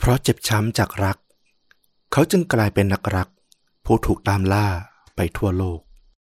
ราะเจ็บช้ำจากรักเขาจึงกลายเป็นนักรักผู้ถูกตามล่าไปทั่วโลก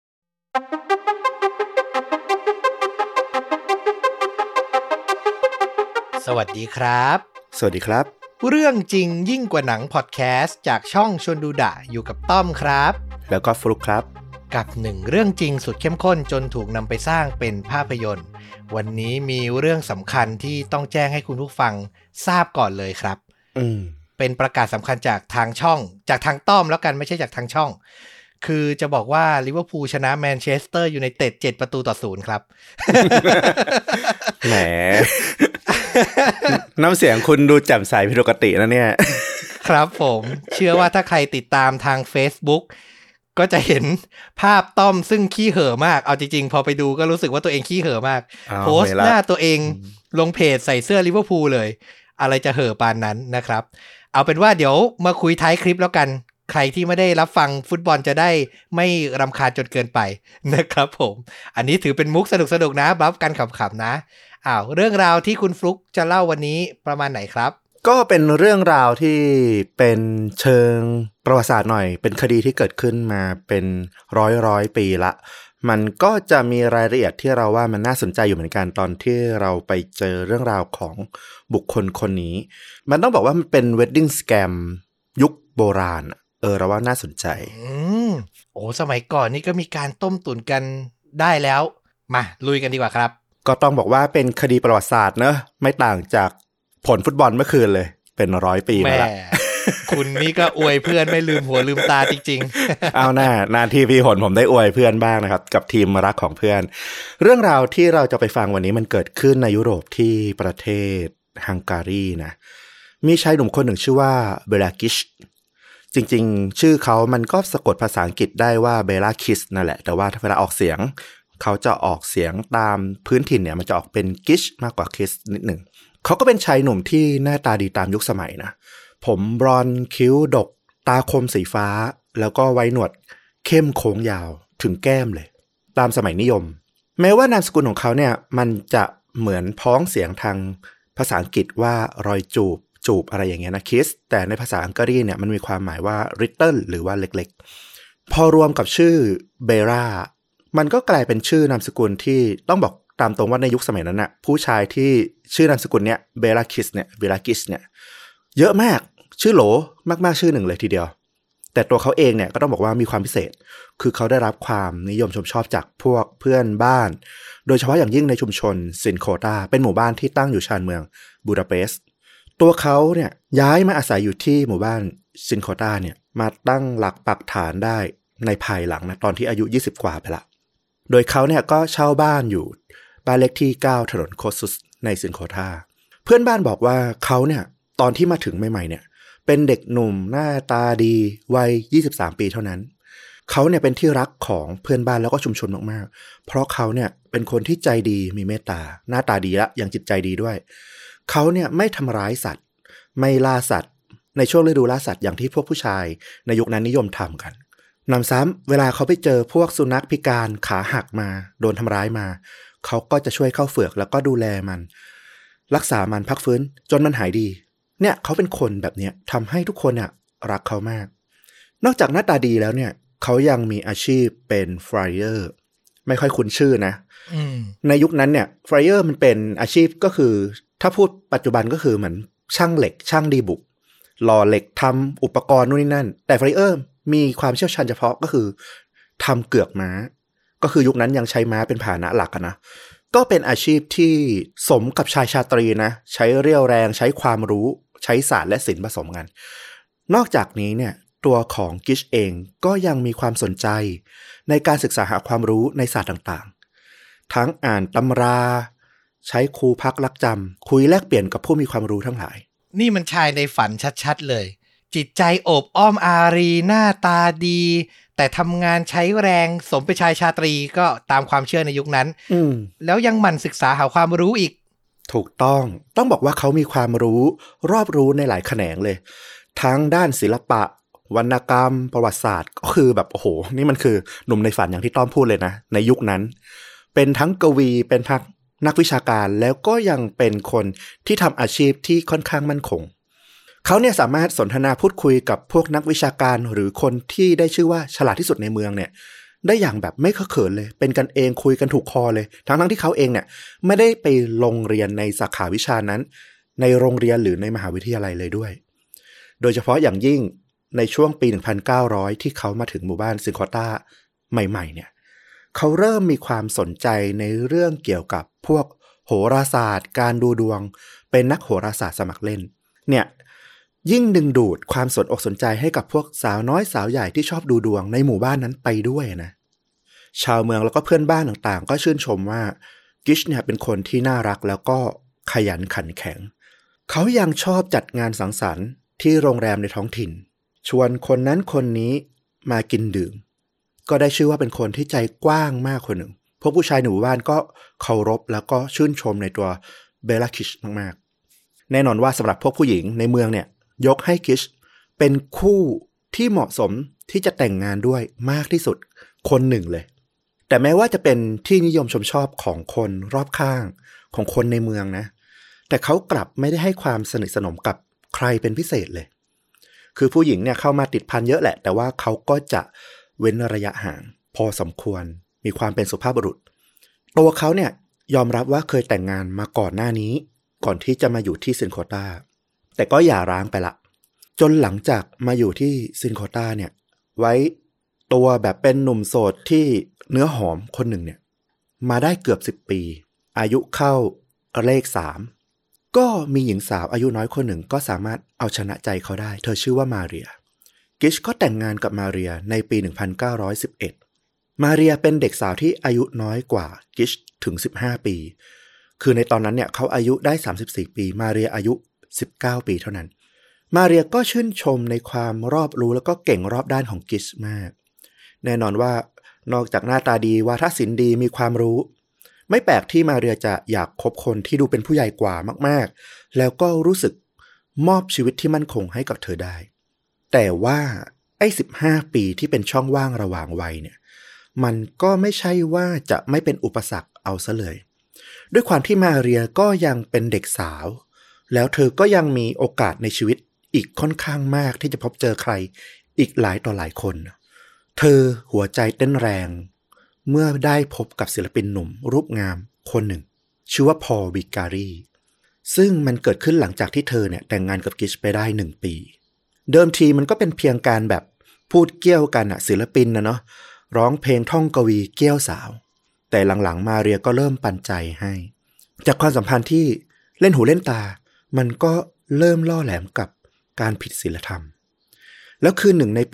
สวัสดีครับสวัสดีครับเรื่องจริงยิ่งกว่าหนังพอดแคสต์จากช่องชวนดูดะอยู่กับต้อมครับแล้วก็ฟลุ๊กครับกับหนึ่งเรื่องจริงสุดเข้มข้นจนถูกนำไปสร้างเป็นภาพยนตร์วันนี้มีเรื่องสำคัญที่ต้องแจ้งให้คุณผู้ฟังทราบก่อนเลยครับเป็นประกาศสำคัญจากทางช่องจากทางต้อมแล้วกันไม่ใช่จากทางช่องคือจะบอกว่าลิเวอร์พูลชนะแมนเชสเตอร์ยูไนเต็ด7-0ครับแหม น้ำเสียงคุณดูแจ่มใสผิดปกตินะเนี่ยครับผมเชื่อว่าถ้าใครติดตามทาง Facebook ก็จะเห็นภาพต้อมซึ่งขี้เห่อมากเอาจริงๆพอไปดูก็รู้สึกว่าตัวเองขี้เห่อมากโพสต์หน้าตัวเองลงเพจใส่เสื้อลิเวอร์พูลเลยอะไรจะเห่อปานนั้นนะครับเอาเป็นว่าเดี๋ยวมาคุยท้ายคลิปแล้วกันใครที่ไม่ได้รับฟังฟุตบอลจะได้ไม่รำคาญจนเกินไปนะครับผมอันนี้ถือเป็นมุกสนุกๆนะบัฟกันขำๆนะเรื่องราวที่คุณฟลุ๊กจะเล่าวันนี้ประมาณไหนครับก็เป็นเรื่องราวที่เป็นเชิงประวัติศาสตร์หน่อยเป็นคดีที่เกิดขึ้นมาเป็นร้อยปีละมันก็จะมีรายละเอียดที่เราว่ามันน่าสนใจอยู่เหมือนกันตอนที่เราไปเจอเรื่องราวของบุคคลคนนี้มันต้องบอกว่ามันเป็น wedding scam ยุคโบราณเราว่าน่าสนใจโอ้สมัยก่อนนี่ก็มีการต้มตุ๋นกันได้แล้วมาลุยกันดีกว่าครับก็ต้องบอกว่าเป็นคดีประวัติศาสตร์เนอะไม่ต่างจากผลฟุตบอลเมื่อคืนเลยเป็น100 ปีมาแล้วคุณนี่ก็อวยเพื่อนไม่ลืมหัวลืมตาจริงๆเอาหน้าที่พี่หนผมได้อวยเพื่อนบ้างนะครับกับทีมรักของเพื่อนเรื่องราวที่เราจะไปฟังวันนี้มันเกิดขึ้นในยุโรปที่ประเทศฮังการีนะมีชายหนุ่มคนหนึ่งชื่อว่าเบลากิชจริงๆชื่อเขามันก็สะกดภาษาอังกฤษได้ว่าเบลาคิสนั่นแหละแต่ว่าเวลาออกเสียงเขาจะออกเสียงตามพื้นถิ่นเนี่ยมันจะออกเป็นกิชมากกว่าคิสนิดหนึ่งเขาก็เป็นชายหนุ่มที่หน้าตาดีตามยุคสมัยนะผมบรอนซ์คิ้วดกตาคมสีฟ้าแล้วก็ไว้หนวดเข้มโค้งยาวถึงแก้มเลยตามสมัยนิยมแม้ว่านามสกุลของเขาเนี่ยมันจะเหมือนพ้องเสียงทางภาษาอังกฤษว่ารอยจูบอะไรอย่างเงี้ยนะคิสแต่ในภาษาอังกฤษเนี่ยมันมีความหมายว่า little หรือว่าเล็กๆพอรวมกับชื่อเบรามันก็กลายเป็นชื่อนามสกุลที่ต้องบอกตามตรงว่าในยุคสมัยนั้นน่ะผู้ชายที่ชื่อนามสกุลเนี้ยเบราคิสเนี่ยเยอะมากชื่อโหลมากๆชื่อหนึ่งเลยทีเดียวแต่ตัวเขาเองเนี่ยก็ต้องบอกว่ามีความพิเศษคือเขาได้รับความนิยมชมชอบจากพวกเพื่อนบ้านโดยเฉพาะอย่างยิ่งในชุมชนซินโคตาเป็นหมู่บ้านที่ตั้งอยู่ชานเมืองบูดาเปสต์ตัวเขาเนี่ยย้ายมาอาศัยอยู่ที่หมู่บ้านซินโคตาเนี่ยมาตั้งหลักปักฐานได้ในภายหลังนะตอนที่อายุ20กว่าไปละโดยเขาเนี่ยก็เช่าบ้านอยู่บ้านเลขที่9ถนนโคซุสในซินโคตาเพื่อนบ้านบอกว่าเขาเนี่ยตอนที่มาถึงใหม่ๆเนี่ยเป็นเด็กหนุ่มหน้าตาดีวัย23ปีเท่านั้นเขาเนี่ยเป็นที่รักของเพื่อนบ้านแล้วก็ชุมชนมากๆเพราะเขาเนี่ยเป็นคนที่ใจดีมีเมตตาหน้าตาดีละยังจิตใจดีด้วยเขาเนี่ยไม่ทำร้ายสัตว์ไม่ล่าสัตว์ในช่วงฤดูล่าสัตว์อย่างที่พวกผู้ชายในยุคนั้นนิยมทำกันนำซ้ำเวลาเขาไปเจอพวกสุนัขพิการขาหักมาโดนทำร้ายมาเขาก็จะช่วยเข้าเฝือกแล้วก็ดูแลมันรักษามันพักฟื้นจนมันหายดีเนี่ยเขาเป็นคนแบบเนี้ยทำให้ทุกคนเนี่ยรักเขามากนอกจากหน้าตาดีแล้วเนี่ยเขายังมีอาชีพเป็นฟรายเออร์ไม่ค่อยคุ้นชื่อนะในยุคนั้นเนี่ยฟรายเออร์มันเป็นอาชีพก็คือถ้าพูดปัจจุบันก็คือเหมือนช่างเหล็กช่างดีบุกหล่อเหล็กทำอุปกรณ์นู่นนี่นั่นแต่ฟรายเออร์มีความเชี่ยวชาญเฉพาะก็คือทำเกือกม้าก็คือยุคนั้นยังใช้ม้าเป็นพาหนะหลักนะก็เป็นอาชีพที่สมกับชายชาตรีนะใช้เรี่ยวแรงใช้ความรู้ใช้ศาสตร์และศิลป์ผสมกันนอกจากนี้เนี่ยตัวของกิชเองก็ยังมีความสนใจในการศึกษาหาความรู้ในศาสตร์ต่างๆทั้งอ่านตำราใช้ครูพักรักจำคุยแลกเปลี่ยนกับผู้มีความรู้ทั้งหลายนี่มันชายในฝันชัดๆเลยจิตใจโอบอ้อมอารีหน้าตาดีแต่ทำงานใช้แรงสมเป็นชายชาตรีก็ตามความเชื่อในยุคนั้นแล้วยังหมั่นศึกษาหาความรู้อีกถูกต้องบอกว่าเขามีความรู้รอบรู้ในหลายแขนงเลยทั้งด้านศิลปะวรรณกรรมประวัติศาสตร์ก็คือแบบโอ้โหนี่มันคือหนุ่มในฝันอย่างที่ต้อมพูดเลยนะในยุคนั้นเป็นทั้งกวีเป็นทั้งนักวิชาการแล้วก็ยังเป็นคนที่ทำอาชีพที่ค่อนข้างมั่นคงเขาเนี่ยสามารถสนทนาพูดคุยกับพวกนักวิชาการหรือคนที่ได้ชื่อว่าฉลาดที่สุดในเมืองเนี่ยได้อย่างแบบไม่เคอะเขินเลยเป็นกันเองคุยกันถูกคอเลยทั้งที่เขาเองเนี่ยไม่ได้ไปลงเรียนในสาขาวิชานั้นในโรงเรียนหรือในมหาวิทยาลัยเลยด้วยโดยเฉพาะอย่างยิ่งในช่วงปี 1900 ที่เขามาถึงหมู่บ้านซินคอต้าใหม่ๆเนี่ยเขาเริ่มมีความสนใจในเรื่องเกี่ยวกับพวกโหราศาสตร์การดูดวงเป็นนักโหราศาสตร์สมัครเล่นเนี่ยยิ่งดึงดูดความสนอกสนใจให้กับพวกสาวน้อยสาวใหญ่ที่ชอบดูดวงในหมู่บ้านนั้นไปด้วยนะชาวเมืองแล้วก็เพื่อนบ้านต่างๆก็ชื่นชมว่ากิชเนี่ยเป็นคนที่น่ารักแล้วก็ขยันขันแข็งเขายังชอบจัดงานสังสรรค์ที่โรงแรมในท้องถิ่นชวนคนนั้นคนนี้มากินดื่มก็ได้ชื่อว่าเป็นคนที่ใจกว้างมากคนหนึ่งพวกผู้ชายในหมู่บ้านก็เคารพแล้วก็ชื่นชมในตัวเบลลาคิชมากๆแน่นอนว่าสำหรับพวกผู้หญิงในเมืองเนี่ยยกให้คิชเป็นคู่ที่เหมาะสมที่จะแต่งงานด้วยมากที่สุดคนหนึ่งเลยแต่แม้ว่าจะเป็นที่นิยมชมชอบของคนรอบข้างของคนในเมืองนะแต่เขากลับไม่ได้ให้ความสนิทสนมกับใครเป็นพิเศษเลยคือผู้หญิงเนี่ยเข้ามาติดพันเยอะแหละแต่ว่าเขาก็จะเว้นระยะห่างพอสมควรมีความเป็นสุภาพบุรุษตัวเขาเนี่ยยอมรับว่าเคยแต่งงานมาก่อนหน้านี้ก่อนที่จะมาอยู่ที่ซินโคต้าแต่ก็หย่าร้างไปละจนหลังจากมาอยู่ที่ซินโคต้าเนี่ยไว้ตัวแบบเป็นหนุ่มโสดที่เนื้อหอมคนหนึ่งเนี่ยมาได้เกือบ10 ปีอายุเข้าเลข3ก็มีหญิงสาวอายุน้อยคนหนึ่งก็สามารถเอาชนะใจเขาได้เธอชื่อว่ามาเรียกิชก็แต่งงานกับมาเรียในปี 1911 มาเรียเป็นเด็กสาวที่อายุน้อยกว่ากิชถึง15 ปีคือในตอนนั้นเนี่ยเขาอายุได้34 ปีมาเรียอายุ19 ปีเท่านั้นมาเรียก็ชื่นชมในความรอบรู้แล้วก็เก่งรอบด้านของกิชมากแน่นอนว่านอกจากหน้าตาดีวาทศิลป์ดีมีความรู้ไม่แปลกที่มาเรียจะอยากคบคนที่ดูเป็นผู้ใหญ่กว่ามากๆแล้วก็รู้สึกมอบชีวิตที่มั่นคงให้กับเธอได้แต่ว่าไอ้15 ปีที่เป็นช่องว่างระหว่างวัยเนี่ยมันก็ไม่ใช่ว่าจะไม่เป็นอุปสรรคเอาซะเลยด้วยความที่มาเรียก็ยังเป็นเด็กสาวแล้วเธอก็ยังมีโอกาสในชีวิตอีกค่อนข้างมากที่จะพบเจอใครอีกหลายต่อหลายคนเธอหัวใจเต้นแรงเมื่อได้พบกับศิลปินหนุ่มรูปงามคนหนึ่งชื่อว่าพอลวิการีซึ่งมันเกิดขึ้นหลังจากที่เธอเนี่ยแต่งงานกับกิชไปได้1 ปีเดิมทีมันก็เป็นเพียงการแบบพูดเกี้ยวกันอะศิลปินนะเนาะร้องเพลงท่องกวีเกี้ยวสาวแต่หลังๆมาเรียก็เริ่มปันใจให้จากความสัมพันธ์ที่เล่นหูเล่นตามันก็เริ่มล่อแหลมกับการผิดศีลธรรมแล้วคืนหนึ่งในปี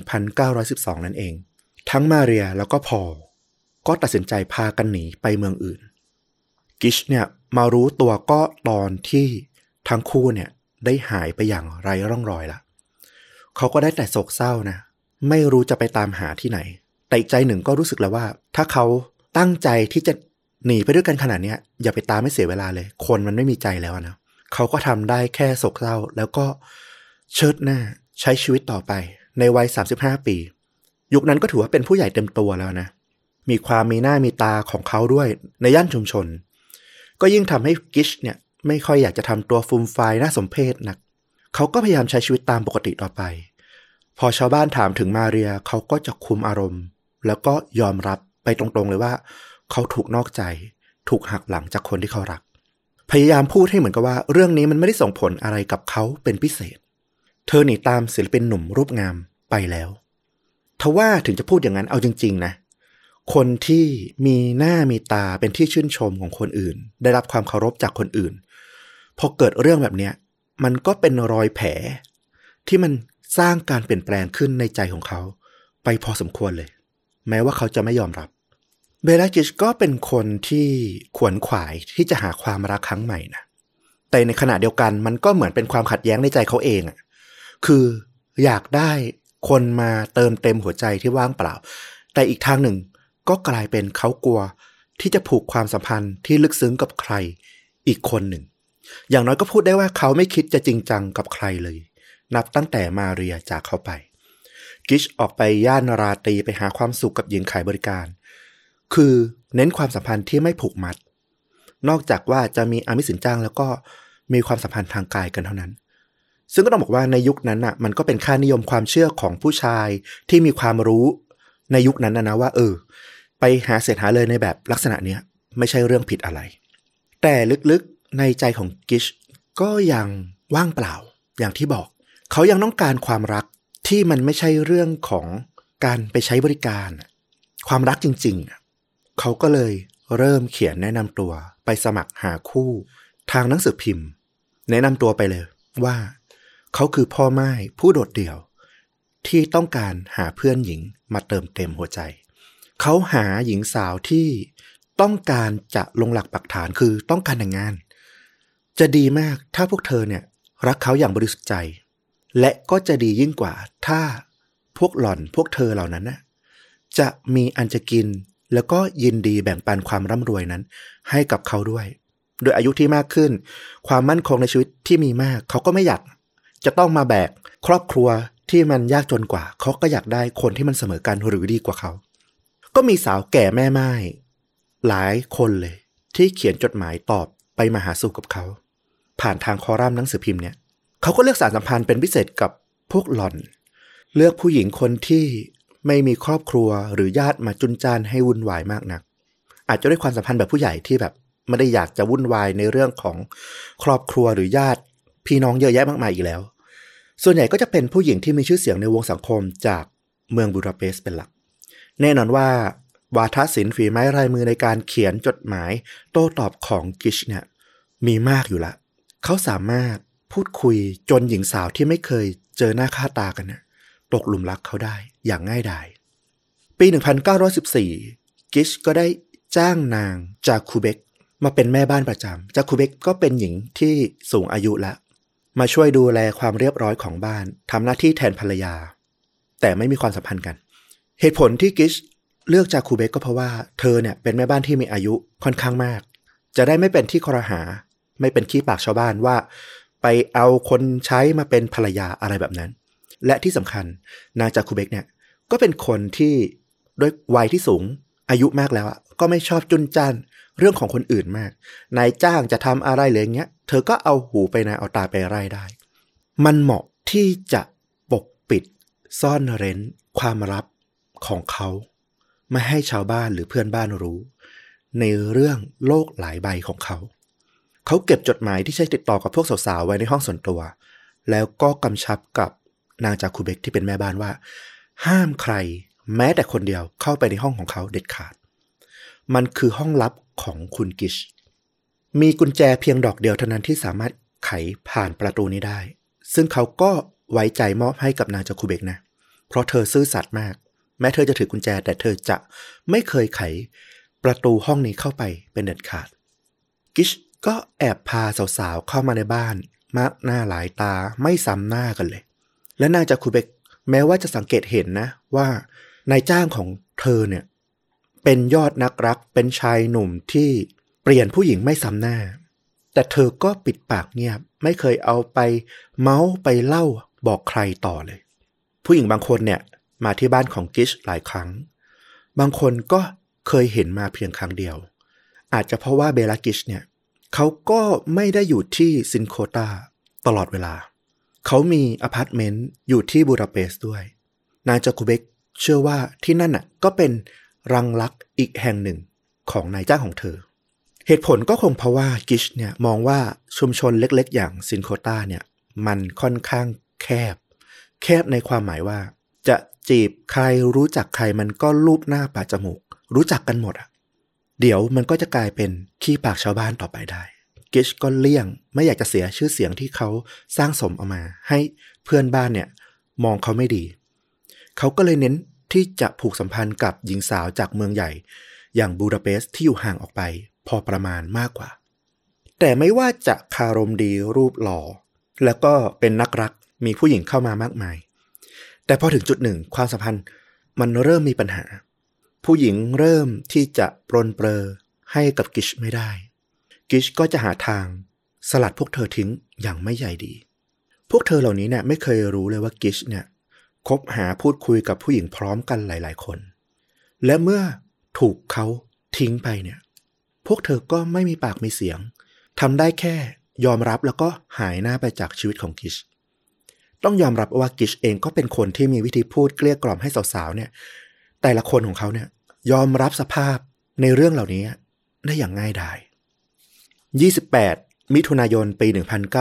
1912 นั่นเองทั้งมาเรียแล้วก็พอลก็ตัดสินใจพากันหนีไปเมืองอื่นกิชเนี่ยมารู้ตัวก็ตอนที่ทั้งคู่เนี่ยได้หายไปอย่างไร้ร่องรอยละเขาก็ได้แต่โศกเศร้านะไม่รู้จะไปตามหาที่ไหนแต่อีกใจหนึ่งก็รู้สึกแล้วว่าถ้าเขาตั้งใจที่จะหนีไปด้วยกันขนาดนี้อย่าไปตามไม่เสียเวลาเลยคนมันไม่มีใจแล้วนะเขาก็ทำได้แค่โศกเศร้าแล้วก็เชิดหน้าใช้ชีวิตต่อไปในวัย35 ปียุคนั้นก็ถือว่าเป็นผู้ใหญ่เต็มตัวแล้วนะมีความมีหน้ามีตาของเขาด้วยในย่านชุมชนก็ยิ่งทำให้กิชเนี่ยไม่ค่อยอยากจะทำตัวฟูมฟายน่าสมเพชนักเขาก็พยายามใช้ชีวิตตามปกติต่อไปพอชาวบ้านถามถึงมาเรียเขาก็จะคุมอารมณ์แล้วก็ยอมรับไปตรงๆเลยว่าเขาถูกนอกใจถูกหักหลังจากคนที่เขารักพยายามพูดให้เหมือนกับว่าเรื่องนี้มันไม่ได้ส่งผลอะไรกับเขาเป็นพิเศษเธอหนีตามศิลปินหนุ่มรูปงามไปแล้วทว่าถึงจะพูดอย่างนั้นเอาจริงๆนะคนที่มีหน้ามีตาเป็นที่ชื่นชมของคนอื่นได้รับความเคารพจากคนอื่นพอเกิดเรื่องแบบนี้มันก็เป็นรอยแผลที่มันสร้างการเปลี่ยนแปลงขึ้นในใจของเขาไปพอสมควรเลยแม้ว่าเขาจะไม่ยอมรับเบลลากิชก็เป็นคนที่ขวนขวายที่จะหาความรักครั้งใหม่นะแต่ในขณะเดียวกันมันก็เหมือนเป็นความขัดแย้งในใจเขาเองอ่ะคืออยากได้คนมาเติมเต็มหัวใจที่ว่างเปล่าแต่อีกทางหนึ่งก็กลายเป็นเขากลัวที่จะผูกความสัมพันธ์ที่ลึกซึ้งกับใครอีกคนหนึ่งอย่างน้อยก็พูดได้ว่าเขาไม่คิดจะจริงจังกับใครเลยนับตั้งแต่มาเรียจากเขาไปกิชออกไปย่านราตรีไปหาความสุขกับหญิงขายบริการคือเน้นความสัมพันธ์ที่ไม่ผูกมัดนอกจากว่าจะมีอามิสสินจ้างแล้วก็มีความสัมพันธ์ทางกายกันเท่านั้นซึ่งก็ต้องบอกว่าในยุคนั้นน่ะมันก็เป็นค่านิยมความเชื่อของผู้ชายที่มีความรู้ในยุคนั้นนะว่าไปหาเสร็จหาเลยในแบบลักษณะเนี้ยไม่ใช่เรื่องผิดอะไรแต่ลึกๆในใจของกิชก็ยังว่างเปล่าอย่างที่บอกเขายังต้องการความรักที่มันไม่ใช่เรื่องของการไปใช้บริการความรักจริงๆเขาก็เลยเริ่มเขียนแนะนำตัวไปสมัครหาคู่ทางหนังสือพิมพ์แนะนำตัวไปเลยว่าเขาคือพ่อไม้ผู้โดดเดี่ยวที่ต้องการหาเพื่อนหญิงมาเติมเต็มหัวใจเขาหาหญิงสาวที่ต้องการจะลงหลักปักฐานคือต้องการแต่งงานจะดีมากถ้าพวกเธอเนี่ยรักเขาอย่างบริสุทธิ์ใจและก็จะดียิ่งกว่าถ้าพวกหล่อนพวกเธอเหล่านั้นน่ะจะมีอันจะกินแล้วก็ยินดีแบ่งปันความร่ำรวยนั้นให้กับเขาด้วยโดยอายุที่มากขึ้นความมั่นคงในชีวิตที่มีมากเขาก็ไม่อยากจะต้องมาแบกครอบครัวที่มันยากจนกว่าเขาก็อยากได้คนที่มันเสมอกันหรือดีกว่าเขาก็มีสาวแก่แม่ไม้หลายคนเลยที่เขียนจดหมายตอบไปมาหาสู่กับเขาผ่านทางคอลัมน์หนังสือพิมพ์เนี่ยเขาก็เลือกสารสัมพันธ์เป็นพิเศษกับพวกหล่อนเลือกผู้หญิงคนที่ไม่มีครอบครัวหรือญาติมาจุนจ้านให้วุ่นวายมากนักอาจจะด้วยความสัมพันธ์แบบผู้ใหญ่ที่แบบไม่ได้อยากจะวุ่นวายในเรื่องของครอบครัวหรือญาติพี่น้องเยอะแยะมากมายอีกแล้วส่วนใหญ่ก็จะเป็นผู้หญิงที่มีชื่อเสียงในวงสังคมจากเมืองบูดาเปสต์เป็นหลักแน่นอนว่าวาทศิลป์ฝีไม้ลายมือในการเขียนจดหมายโต้ตอบของกิชเนี่ยมีมากอยู่ละเขาสามารถพูดคุยจนหญิงสาวที่ไม่เคยเจอหน้าค่าตากันเนี่ยตกหลุมรักเขาได้อย่างง่ายดายปี 1914 กิชก็ได้จ้างนางจาคูเบกมาเป็นแม่บ้านประจำจาคูเบกก็เป็นหญิงที่สูงอายุแล้วมาช่วยดูแลความเรียบร้อยของบ้านทำหน้าที่แทนภรรยาแต่ไม่มีความสัมพันธ์กันเหตุผลที่กิชเลือกจาคูเบกก็เพราะว่าเธอเนี่ยเป็นแม่บ้านที่มีอายุค่อนข้างมากจะได้ไม่เป็นที่ครหาไม่เป็นขี้ปากชาวบ้านว่าไปเอาคนใช้มาเป็นภรรยาอะไรแบบนั้นและที่สำคัญนางจาคูเบกเนี่ยก็เป็นคนที่ด้วยวัยที่สูงอายุมากแล้วก็ไม่ชอบจุนจ้านเรื่องของคนอื่นมากนายจ้างจะทำอะไรเลยอย่างเงี้ยเธอก็เอาหูไปนาเอาตาไปไร่ได้มันเหมาะที่จะปกปิดซ่อนเร้นความลับของเขาไม่ให้ชาวบ้านหรือเพื่อนบ้านรู้ในเรื่องโลกหลายใบของเขาเก็บจดหมายที่ใช้ติดต่อกับพวกสาวๆไว้ในห้องส่วนตัวแล้วก็กำชับกับนางจาคูเบกที่เป็นแม่บ้านว่าห้ามใครแม้แต่คนเดียวเข้าไปในห้องของเขาเด็ดขาดมันคือห้องลับของคุณกิชมีกุญแจเพียงดอกเดียวเท่านั้นที่สามารถไขผ่านประตูนี้ได้ซึ่งเขาก็ไว้ใจมอบให้กับนางจาคูเบกนะเพราะเธอซื่อสัตย์มากแม้เธอจะถือกุญแจแต่เธอจะไม่เคยไขประตูห้องนี้เข้าไปเป็นเด็ดขาดกิชก็แอบพาสาวๆเข้ามาในบ้านมากหน้าหลายตาไม่ซ้ำหน้ากันเลยและนางจาคูเบกแม้ว่าจะสังเกตเห็นนะว่านายจ้างของเธอเนี่ยเป็นยอดนักรักเป็นชายหนุ่มที่เปลี่ยนผู้หญิงไม่ซ้ำหน้าแต่เธอก็ปิดปากเงียบไม่เคยเอาไปเมาส์ไปเล่าบอกใครต่อเลยผู้หญิงบางคนเนี่ยมาที่บ้านของกิชหลายครั้งบางคนก็เคยเห็นมาเพียงครั้งเดียวอาจจะเพราะว่าเบลากิชเนี่ยเขาก็ไม่ได้อยู่ที่ซินโคตาตลอดเวลาเขามีอพาร์ตเมนต์อยู่ที่บูดาเปสต์ด้วยนางจาคูเบกเชื่อว่าที่นั่นน่ะก็เป็นรังรักอีกแห่งหนึ่งของนายจ้างของเธอเหตุผลก็คงเพราะว่ากิชเนี่ยมองว่าชุมชนเล็กๆอย่างซินโคตาเนี่ยมันค่อนข้างแคบในความหมายว่าจะจีบใครรู้จักใครมันก็ลูบหน้าปาจมูกรู้จักกันหมดเดี๋ยวมันก็จะกลายเป็นขี้ปากชาวบ้านต่อไปได้กิชก็เลี่ยงไม่อยากจะเสียชื่อเสียงที่เขาสร้างสมเอามาให้เพื่อนบ้านเนี่ยมองเขาไม่ดีเขาก็เลยเน้นที่จะผูกสัมพันธ์กับหญิงสาวจากเมืองใหญ่อย่างบูดาเปสต์ที่อยู่ห่างออกไปพอประมาณมากกว่าแต่ไม่ว่าจะคารมดีรูปหล่อแล้วก็เป็นนักรักมีผู้หญิงเข้ามามากมายแต่พอถึงจุดหนึ่งความสัมพันธ์มันเริ่มมีปัญหาผู้หญิงเริ่มที่จะปรนเปรอให้กับกิชไม่ได้กิชก็จะหาทางสลัดพวกเธอทิ้งอย่างไม่ใยดีพวกเธอเหล่านี้เนี่ยไม่เคยรู้เลยว่ากิชเนี่ยคบหาพูดคุยกับผู้หญิงพร้อมกันหลายๆคนและเมื่อถูกเขาทิ้งไปเนี่ยพวกเธอก็ไม่มีปากมีเสียงทำได้แค่ยอมรับแล้วก็หายหน้าไปจากชีวิตของกิชต้องยอมรับว่ากิชเองก็เป็นคนที่มีวิธีพูดเกลี้ยกล่อมให้สาวๆเนี่ยแต่ละคนของเขาเนี่ยยอมรับสภาพในเรื่องเหล่านี้ได้อย่างง่ายดาย28มิถุนายนปี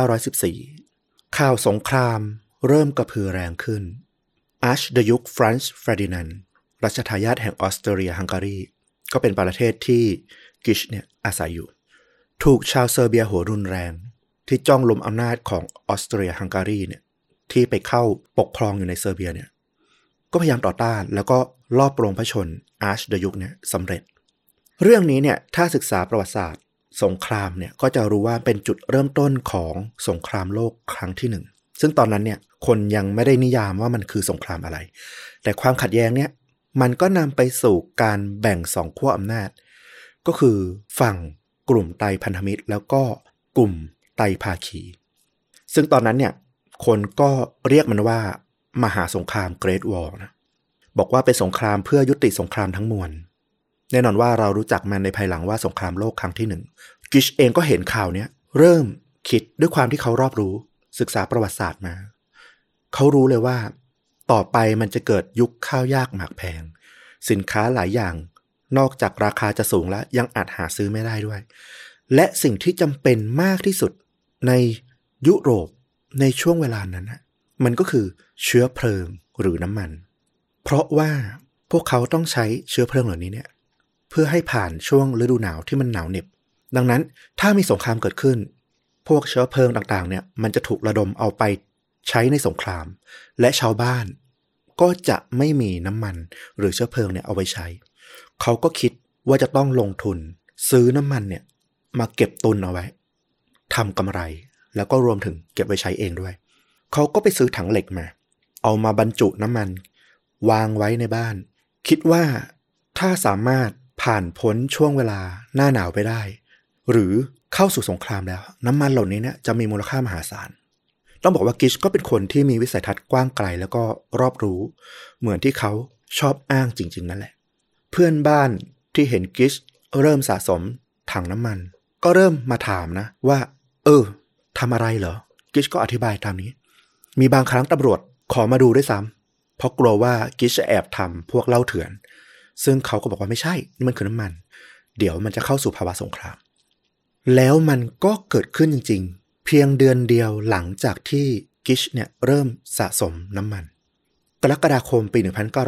1914ข่าวสงครามเริ่มกระพือแรงขึ้นอาร์ชเดยุคฟรานซ์เฟอร์ดินานด์รัชทายาทแห่งออสเตรียฮังการีก็เป็นประเทศที่กิชเนี่ยอาศัยอยู่ถูกชาวเซอร์เบียหัวรุนแรงที่จ้องล้มอำนาจของออสเตรียฮังการีเนี่ยที่ไปเข้าปกครองอยู่ในเซอร์เบียเนี่ยก็พยายามต่อต้านแล้วก็ลอบปลงพระชนอาร์ชเดยุคเนี่ยสำเร็จเรื่องนี้เนี่ยถ้าศึกษาประวัติศาสตร์สงครามเนี่ยก็จะรู้ว่าเป็นจุดเริ่มต้นของสงครามโลกครั้งที่1ซึ่งตอนนั้นเนี่ยคนยังไม่ได้นิยามว่ามันคือสงครามอะไรแต่ความขัดแย้งเนี่ยมันก็นำไปสู่การแบ่ง2ขั้วอำนาจก็คือฝั่งกลุ่มไตรพันธมิตรแล้วก็กลุ่มไตรภาคีซึ่งตอนนั้นเนี่ยคนก็เรียกมันว่ามหาสงครามเกรทวอร์นะบอกว่าเป็นสงครามเพื่อยุติสงครามทั้งมวลแน่นอนว่าเรารู้จักมันในภายหลังว่าสงครามโลกครั้งที่1กิชเองก็เห็นข่าวนี้เริ่มคิดด้วยความที่เขารอบรู้ศึกษาประวัติศาสตร์มาเขารู้เลยว่าต่อไปมันจะเกิดยุคข้าวยากหมากแพงสินค้าหลายอย่างนอกจากราคาจะสูงแล้วยังอาจหาซื้อไม่ได้ด้วยและสิ่งที่จำเป็นมากที่สุดในยุโรปในช่วงเวลานั้นมันก็คือเชื้อเพลิงหรือน้ำมันเพราะว่าพวกเขาต้องใช้เชื้อเพลิงเหล่านี้เนี่ยเพื่อให้ผ่านช่วงฤดูหนาวที่มันหนาวเหน็บดังนั้นถ้ามีสงครามเกิดขึ้นพวกเชื้อเพลิงต่างๆเนี่ยมันจะถูกระดมเอาไปใช้ในสงครามและชาวบ้านก็จะไม่มีน้ำมันหรือเชื้อเพลิงเนี่ยเอาไว้ใช้เขาก็คิดว่าจะต้องลงทุนซื้อน้ำมันเนี่ยมาเก็บตุนเอาไว้ทำกำไรแล้วก็รวมถึงเก็บไว้ใช้เองด้วยเขาก็ไปซื้อถังเหล็กมาเอามาบรรจุน้ำมันวางไว้ในบ้านคิดว่าถ้าสามารถผ่านพ้นช่วงเวลาหน้าหนาวไปได้หรือเข้าสู่สงครามแล้วน้ำมันเหล่านี้เนี่ยจะมีมูลค่ามหาศาลต้องบอกว่ากิชก็เป็นคนที่มีวิสัยทัศน์กว้างไกลแล้วก็รอบรู้เหมือนที่เขาชอบอ้างจริงๆนั่นแหละเพื่อนบ้านที่เห็นกิชเริ่มสะสมถังน้ำมันก็เริ่มมาถามนะว่าทำอะไรเหรอกิชก็อธิบายตามนี้มีบางครั้งตำรวจขอมาดูด้วยซ้ำเพราะกลัวว่ากิชจะแอบทำพวกเหล้าเถื่อนซึ่งเขาก็บอกว่าไม่ใช่นี่มันคือน้ำมันเดี๋ยวมันจะเข้าสู่ภาวะสงครามแล้วมันก็เกิดขึ้นจริงๆเพียงเดือนเดียวหลังจากที่กิชเนี่ยเริ่มสะสมน้ำมันกรกฎาคมปี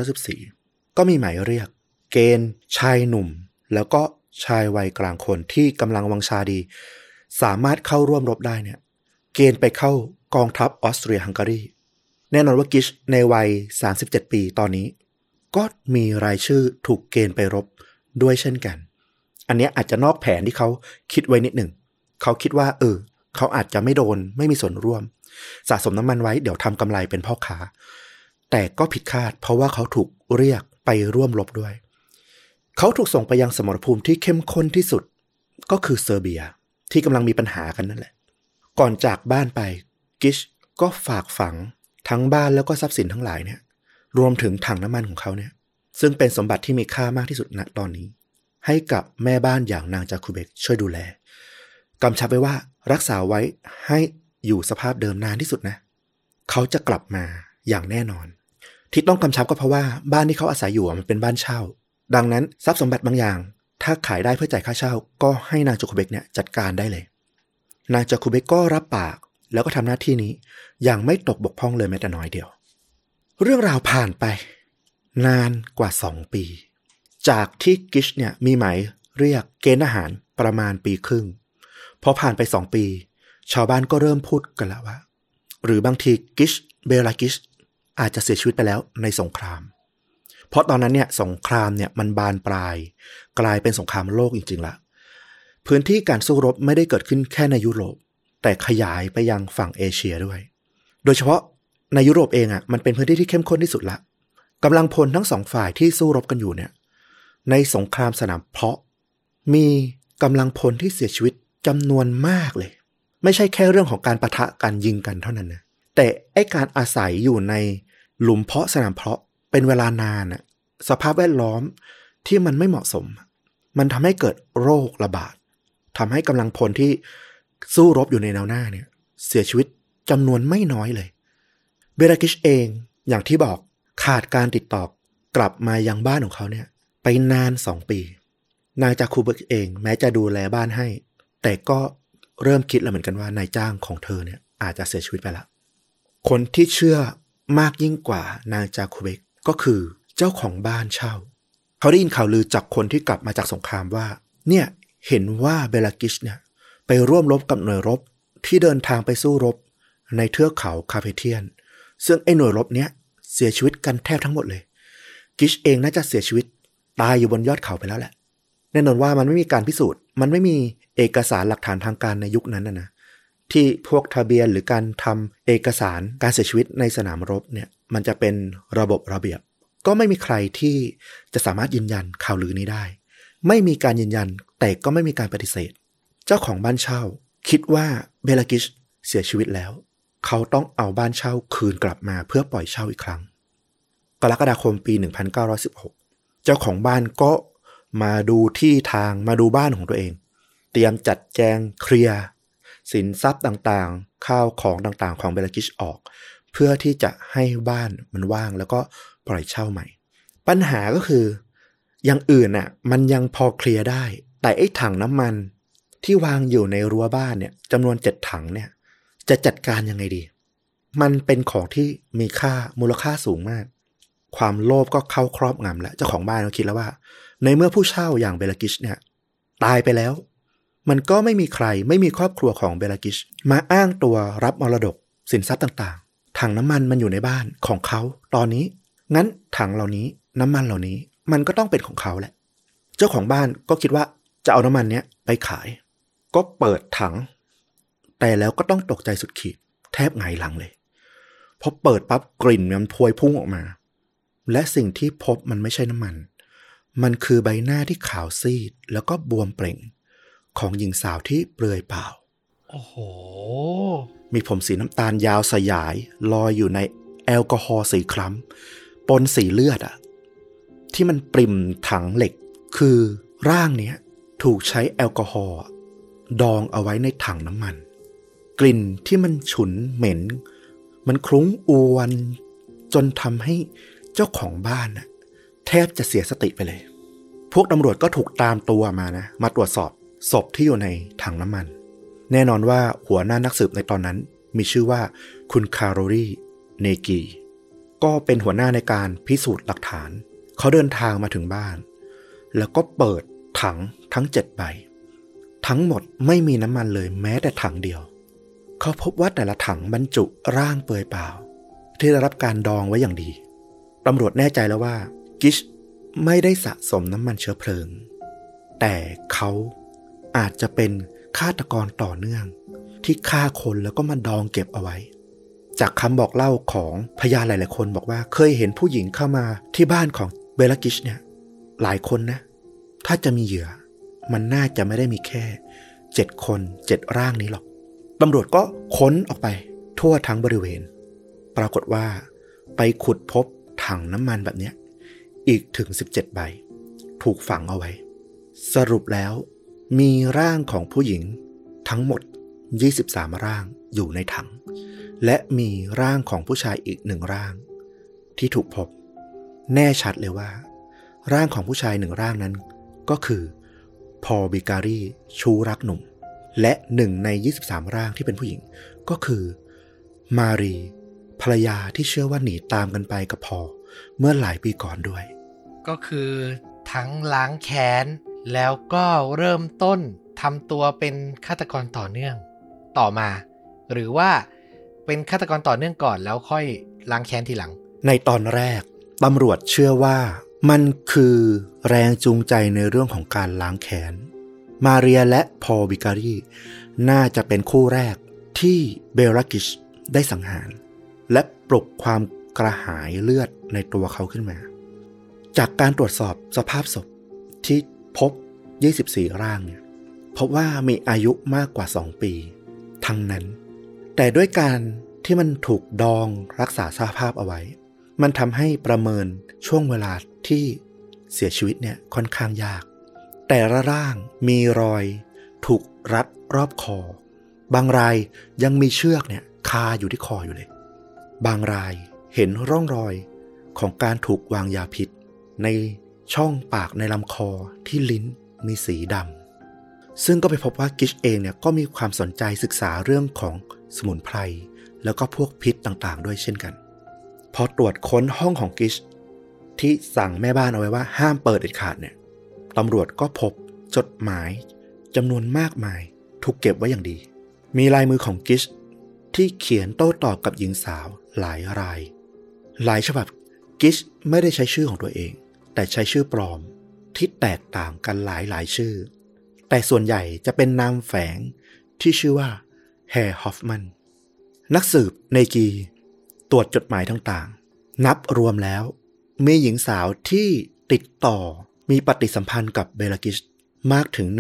1914ก็มีหมายเรียกเกณฑ์ชายหนุ่มแล้วก็ชายวัยกลางคนที่กำลังวังชาดีสามารถเข้าร่วมรบได้เนี่ยเกณฑ์ไปเข้ากองทัพออสเตรียฮังการีแน่นอนว่ากิชในวัย37ปีตอนนี้ก็มีรายชื่อถูกเกณฑ์ไปรบด้วยเช่นกันอันนี้อาจจะนอกแผนที่เขาคิดไว้นิดหนึ่งเขาคิดว่าเขาอาจจะไม่โดนไม่มีส่วนร่วมสะสมน้ำมันไว้เดี๋ยวทำกำไรเป็นพ่อค้าแต่ก็ผิดคาดเพราะว่าเขาถูกเรียกไปร่วมรบด้วยเขาถูกส่งไปยังสมรภูมิที่เข้มข้นที่สุดก็คือเซอร์เบียที่กำลังมีปัญหากันนั่นแหละก่อนจากบ้านไปกิชก็ฝากฝังทั้งบ้านแล้วก็ทรัพย์สินทั้งหลายเนี่ยรวมถึงถังน้ำมันของเขาเนี่ยซึ่งเป็นสมบัติที่มีค่ามากที่สุดณตอนนี้ให้กับแม่บ้านอย่างนางจาคูเบกช่วยดูแลกำชับไว้ว่ารักษาไว้ให้อยู่สภาพเดิมนานที่สุดนะเขาจะกลับมาอย่างแน่นอนที่ต้องกำชับก็เพราะว่าบ้านที่เขาอาศัยอยู่มันเป็นบ้านเช่าดังนั้นทรัพย์สมบัติบางอย่างถ้าขายได้เพื่อจ่ายค่าเช่าก็ให้นางจาคูเบกเนี่ยจัดการได้เลยนางจาคูเบกก็รับปากแล้วก็ทำหน้าที่นี้อย่างไม่ตกบกพร่องเลยแม้แต่น้อยเดียวเรื่องราวผ่านไปนานกว่า2ปีจากที่กิชเนี่ยมีหมายเรียกเกณฑ์ทหารประมาณปีครึ่งพอผ่านไป2ปีชาวบ้านก็เริ่มพูดกันแล้วว่าหรือบางทีกิชเบลากิชอาจจะเสียชีวิตไปแล้วในสงครามเพราะตอนนั้นเนี่ยสงครามเนี่ยมันบานปลายกลายเป็นสงครามโลกจริงๆละพื้นที่การสู้รบไม่ได้เกิดขึ้นแค่ในยุโรปแต่ขยายไปยังฝั่งเอเชียด้วยโดยเฉพาะในยุโรปเองมันเป็นพื้นที่ที่เข้มข้นที่สุดละกำลังพลทั้งสองฝ่ายที่สู้รบกันอยู่เนี่ยในสงครามสนามเพาะมีกำลังพลที่เสียชีวิตจำนวนมากเลยไม่ใช่แค่เรื่องของการปะทะกันยิงกันเท่านั้นนะแต่ไอ้การอาศัยอยู่ในหลุมเพาะสนามเพาะเป็นเวลานานสภาพแวดล้อมที่มันไม่เหมาะสมมันทำให้เกิดโรคระบาดทำให้กำลังพลที่สู้รบอยู่ในแนวหน้าเนี่ยเสียชีวิตจำนวนไม่น้อยเลยเบลากิชเองอย่างที่บอกขาดการติดต่อกลับมายังบ้านของเขาเนี่ยไปนาน2 ปีนางจาคูเบิกเองแม้จะดูแลบ้านให้แต่ก็เริ่มคิดแล้วเหมือนกันว่านายจ้างของเธอเนี่ยอาจจะเสียชีวิตไปแล้วคนที่เชื่อมากยิ่งกว่านางจาคูเบิกก็คือเจ้าของบ้านเช่าเขาได้ยินข่าวลือจากคนที่กลับมาจากสงครามว่าเนี่ยเห็นว่าเบลากิชเนี่ยไปร่วมรบกับหน่วยรบที่เดินทางไปสู้รบในเทือกเขาคาเพเทียนซึ่งไอ้หน่วยรบเนี้ยเสียชีวิตกันแทบทั้งหมดเลยกิชเองน่าจะเสียชีวิตตายอยู่บนยอดเขาไปแล้วแหละแน่นอนว่ามันไม่มีการพิสูจน์มันไม่มีเอกสารหลักฐานทางการในยุคนั้นนะที่พวกทะเบียนหรือการทำเอกสารการเสียชีวิตในสนามรบเนี่ยมันจะเป็นระบบระเบียบก็ไม่มีใครที่จะสามารถยืนยันข่าวลือนี้ได้ไม่มีการยืนยันแต่ก็ไม่มีการปฏิเสธเจ้าของบ้านเช่าคิดว่าเบลากิชเสียชีวิตแล้วเขาต้องเอาบ้านเช่าคืนกลับมาเพื่อปล่อยเช่าอีกครั้งกรกฎาคมปี 1916 เจ้าของบ้านก็มาดูที่ทางมาดูบ้านของตัวเองเตรียมจัดแจงเคลียร์สินทรัพย์ต่างๆข้าวของต่างๆของเบลากิชออกเพื่อที่จะให้บ้านมันว่างแล้วก็ปล่อยเช่าใหม่ปัญหาก็คืออย่างอื่นน่ะมันยังพอเคลียร์ได้แต่ไอ้ถังน้ำมันที่วางอยู่ในรั้วบ้านเนี่ยจำนวน7 ถังเนี่ยจะจัดการยังไงดีมันเป็นของที่มีค่ามูลค่าสูงมากความโลภก็เข้าครอบงำแล้วเจ้าของบ้านเขาคิดแล้วว่าในเมื่อผู้เช่าอย่างเบลากิชเนี่ยตายไปแล้วมันก็ไม่มีใครไม่มีครอบครัวของเบลากิชมาอ้างตัวรับมรดกสินทรัพย์ต่างๆถังน้ำมันมันอยู่ในบ้านของเขาตอนนี้งั้นถังเหล่านี้น้ำมันเหล่านี้มันก็ต้องเป็นของเขาแหละเจ้าของบ้านก็คิดว่าจะเอาน้ำมันเนี้ยไปขายก็เปิดถังแต่แล้วก็ต้องตกใจสุดขีดแทบหงายหลังเลยพอเปิดปั๊บกลิ่นมันพวยพุ่งออกมาและสิ่งที่พบมันไม่ใช่น้ำมันคือใบหน้าที่ขาวซีดแล้วก็บวมเปล่งของหญิงสาวที่เปลือยเปล่าโอ้โหมีผมสีน้ำตาลยาวสยายลอยอยู่ในแอลกอฮอล์สีคล้ำปนสีเลือดอะที่มันปริ่มถังเหล็กคือร่างเนี้ยถูกใช้แอลกอฮอล์ดองเอาไว้ในถังน้ำมันกลิ่นที่มันฉุนเหม็นมันคลุ้งอวนจนทำให้เจ้าของบ้านน่ะแทบจะเสียสติไปเลยพวกตำรวจก็ถูกตามตัวมาตรวจสอบศพที่อยู่ในถังน้ำมันแน่นอนว่าหัวหน้านักสืบในตอนนั้นมีชื่อว่าคุณคาโรลีเนกีก็เป็นหัวหน้าในการพิสูจน์หลักฐานเขาเดินทางมาถึงบ้านแล้วก็เปิดถังทั้ง7 ใบทั้งหมดไม่มีน้ำมันเลยแม้แต่ถังเดียวเขาพบว่าแต่ละถังบรรจุร่างเปลือยเปล่าที่ได้รับการดองไว้อย่างดีตำรวจแน่ใจแล้วว่ากิชไม่ได้สะสมน้ำมันเชื้อเพลิงแต่เขาอาจจะเป็นฆาตกรต่อเนื่องที่ฆ่าคนแล้วก็มาดองเก็บเอาไว้จากคำบอกเล่าของพยานหลายๆคนบอกว่าเคยเห็นผู้หญิงเข้ามาที่บ้านของเบลากิชเนี่ยหลายคนนะถ้าจะมีเหยื่อมันน่าจะไม่ได้มีแค่7 คน7 ร่างนี้หรอกตำรวจก็ค้นออกไปทั่วทั้งบริเวณปรากฏว่าไปขุดพบถังน้ำมันแบบนี้อีกถึง17 ใบถูกฝังเอาไว้สรุปแล้วมีร่างของผู้หญิงทั้งหมด23 ร่างอยู่ในถังและมีร่างของผู้ชายอีก1 ร่างที่ถูกพบแน่ชัดเลยว่าร่างของผู้ชาย1 ร่างนั้นก็คือพอลบิการีชู้รักหนุ่มและ1 ใน 23 ร่างที่เป็นผู้หญิงก็คือมารีภรรยาที่เชื่อว่าหนีตามกันไปกับพอลเมื่อหลายปีก่อนด้วยก็คือทั้งล้างแค้นแล้วก็เริ่มต้นทำตัวเป็นฆาตกรต่อเนื่องต่อมาหรือว่าเป็นฆาตกรต่อเนื่องก่อนแล้วค่อยล้างแค้นทีหลังในตอนแรกตำรวจเชื่อว่ามันคือแรงจูงใจในเรื่องของการล้างแค้นมาเรียและพอลบิการีน่าจะเป็นคู่แรกที่เบลากิชได้สังหารและปลุกความกระหายเลือดในตัวเขาขึ้นมาจากการตรวจสอบสภาพศพที่พบ24 ร่างเนี่ยพบว่ามีอายุมากกว่า2 ปีทั้งนั้นแต่ด้วยการที่มันถูกดองรักษาสภาพเอาไว้มันทำให้ประเมินช่วงเวลาที่เสียชีวิตเนี่ยค่อนข้างยากแต่ละร่างมีรอยถูกรัดรอบคอบางรายยังมีเชือกเนี่ยคาอยู่ที่คออยู่เลยบางรายเห็นร่องรอยของการถูกวางยาพิษในช่องปากในลำคอที่ลิ้นมีสีดำซึ่งก็ไปพบว่ากิชเองเนี่ยก็มีความสนใจศึกษาเรื่องของสมุนไพรแล้วก็พวกพิษต่างๆด้วยเช่นกันพอตรวจค้นห้องของกิชที่สั่งแม่บ้านเอาไว้ว่าห้ามเปิดเด็ดขาดเนี่ยตำรวจก็พบจดหมายจำนวนมากมายถูกเก็บไว้อย่างดีมีลายมือของกิชที่เขียนโต้ตอบกับหญิงสาวหลายรายหลายฉบับกิชไม่ได้ใช้ชื่อของตัวเองแต่ใช้ชื่อปลอมที่แตกต่างกันหลายชื่อแต่ส่วนใหญ่จะเป็นนามแฝงที่ชื่อว่าแฮร์ฮอฟมันนักสืบเนกีตรวจจดหมายต่างๆนับรวมแล้วมีหญิงสาวที่ติดต่อมีปฏิสัมพันธ์กับเบลากิชมากถึง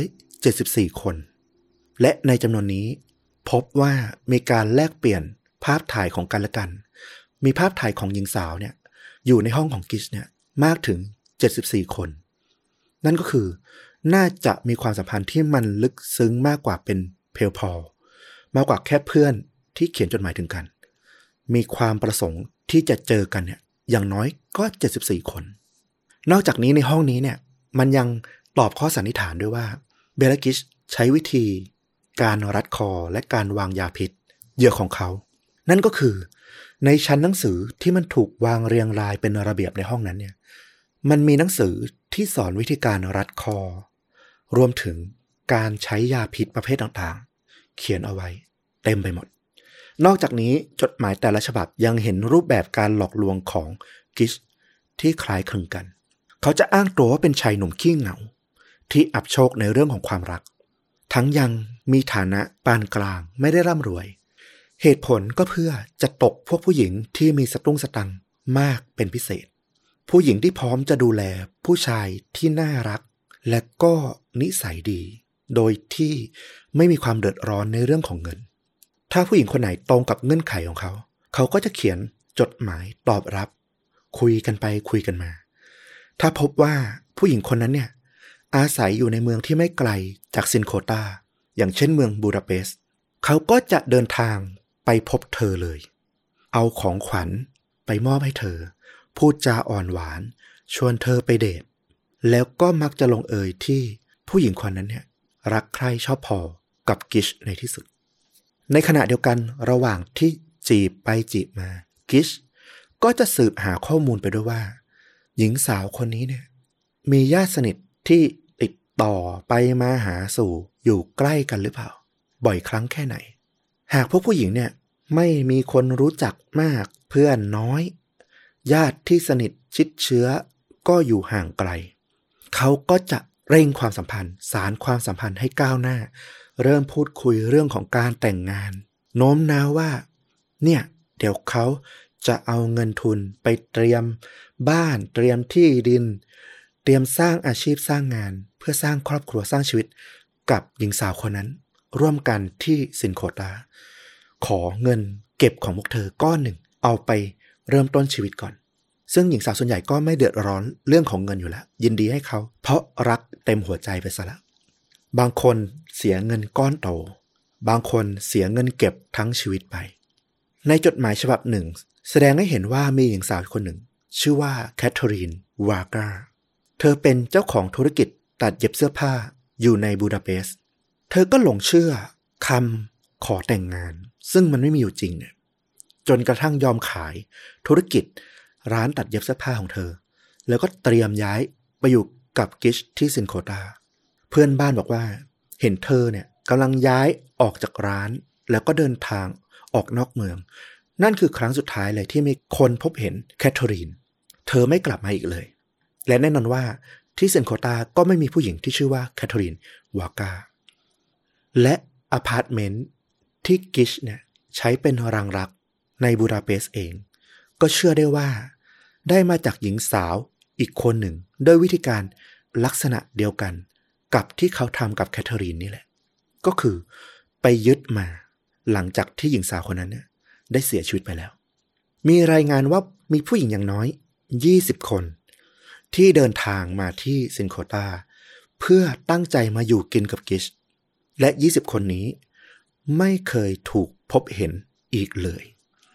174คนและในจำนวนนี้พบว่ามีการแลกเปลี่ยนภาพถ่ายของกันและกันมีภาพถ่ายของหญิงสาวเนี่ยอยู่ในห้องของกิชเนี่ยมากถึง74คนนั่นก็คือน่าจะมีความสัมพันธ์ที่มันลึกซึ้งมากกว่าเป็นเพลพอลมากกว่าแค่เพื่อนที่เขียนจดหมายถึงกันมีความประสงค์ที่จะเจอกันเนี่ยอย่างน้อยก็74คนนอกจากนี้ในห้องนี้เนี่ยมันยังตอบข้อสันนิษฐานด้วยว่าเบลากิชใช้วิธีการรัดคอและการวางยาพิษเหยื่อของเขานั่นก็คือในชั้นหนังสือที่มันถูกวางเรียงรายเป็นระเบียบในห้องนั้นเนี่ยมันมีหนังสือที่สอนวิธีการรัดคอรวมถึงการใช้ยาพิษประเภทต่างๆเขียนเอาไว้เต็มไปหมดนอกจากนี้จดหมายแต่ละฉบับยังเห็นรูปแบบการหลอกลวงของกิชที่คล้ายคลึงกันเขาจะอ้างตัวว่าเป็นชายหนุ่มขี้เหงาที่อับโชคในเรื่องของความรักทั้งยังมีฐานะปานกลางไม่ได้ร่ำรวยเหตุผลก็เพื่อจะตกพวกผู้หญิงที่มีสตุ้งสตังค์มากเป็นพิเศษผู้หญิงที่พร้อมจะดูแลผู้ชายที่น่ารักและก็นิสัยดีโดยที่ไม่มีความเดือดร้อนในเรื่องของเงินถ้าผู้หญิงคนไหนตรงกับเงื่อนไขของเขาเขาก็จะเขียนจดหมายตอบรับคุยกันไปคุยกันมาถ้าพบว่าผู้หญิงคนนั้นเนี่ยอาศัยอยู่ในเมืองที่ไม่ไกลจากซินโคตาอย่างเช่นเมืองบูดาเปสต์เขาก็จะเดินทางไปพบเธอเลยเอาของขวัญไปมอบให้เธอพูดจาอ่อนหวานชวนเธอไปเดทแล้วก็มักจะลงเอยที่ผู้หญิงคนนั้นเนี่ยรักใคร่ชอบพอกับกิชในที่สุดในขณะเดียวกันระหว่างที่จีบไปจีบมากิชก็จะสืบหาข้อมูลไปด้วยว่าหญิงสาวคนนี้เนี่ยมีญาติสนิทที่ติดต่อไปมาหาสู่อยู่ใกล้กันหรือเปล่าบ่อยครั้งแค่ไหนหากพวกผู้หญิงเนี่ยไม่มีคนรู้จักมากเพื่อนน้อยญาติที่สนิทชิดเชื้อก็อยู่ห่างไกลเขาก็จะเร่งความสัมพันธ์สานความสัมพันธ์ให้ก้าวหน้าเริ่มพูดคุยเรื่องของการแต่งงานโน้มน้าวว่าเนี่ยเดี๋ยวเขาจะเอาเงินทุนไปเตรียมบ้านเตรียมที่ดินเตรียมสร้างอาชีพสร้างงานเพื่อสร้างครอบครัวสร้างชีวิตกับหญิงสาวคนนั้นร่วมกันที่ซินโคตาขอเงินเก็บของพวกเธอก้อนหนึ่งเอาไปเริ่มต้นชีวิตก่อนซึ่งหญิงสาวส่วนใหญ่ก็ไม่เดือดร้อนเรื่องของเงินอยู่แล้วยินดีให้เขาเพราะรักเต็มหัวใจไปซะแล้วบางคนเสียเงินก้อนโตบางคนเสียเงินเก็บทั้งชีวิตไปในจดหมายฉบับหนึ่งแสดงให้เห็นว่ามีหญิงสาวคนหนึ่งชื่อว่าแคทเธอรีนวาร์กาเธอเป็นเจ้าของธุรกิจตัดเย็บเสื้อผ้าอยู่ในบูดาเปสต์เธอก็หลงเชื่อคำขอแต่งงานซึ่งมันไม่มีอยู่จริงเนี่ยจนกระทั่งยอมขายธุรกิจร้านตัดเย็บเสื้อผ้าของเธอแล้วก็เตรียมย้ายไปอยู่กับกิชที่ซินโคตาเพื่อนบ้านบอกว่าเห็นเธอเนี่ยกำลังย้ายออกจากร้านแล้วก็เดินทางออกนอกเมืองนั่นคือครั้งสุดท้ายเลยที่มีคนพบเห็นแคทเธอรีนเธอไม่กลับมาอีกเลยและแน่นอนว่าที่ซินโคตาก็ไม่มีผู้หญิงที่ชื่อว่าแคทเธอรีนวากาและอพาร์ตเมนต์ที่กิชเนี่ยใช้เป็นรังรักในบูดาเปสต์เองก็เชื่อได้ว่าได้มาจากหญิงสาวอีกคนหนึ่งโดยวิธีการลักษณะเดียวกันกับที่เขาทำกับแคทเธอรีนนี่แหละก็คือไปยึดมาหลังจากที่หญิงสาวคนนั้นเนี่ยได้เสียชีวิตไปแล้วมีรายงานว่ามีผู้หญิงอย่างน้อย20คนที่เดินทางมาที่ซินโคตาเพื่อตั้งใจมาอยู่กินกับกิชและ20คนนี้ไม่เคยถูกพบเห็นอีกเลย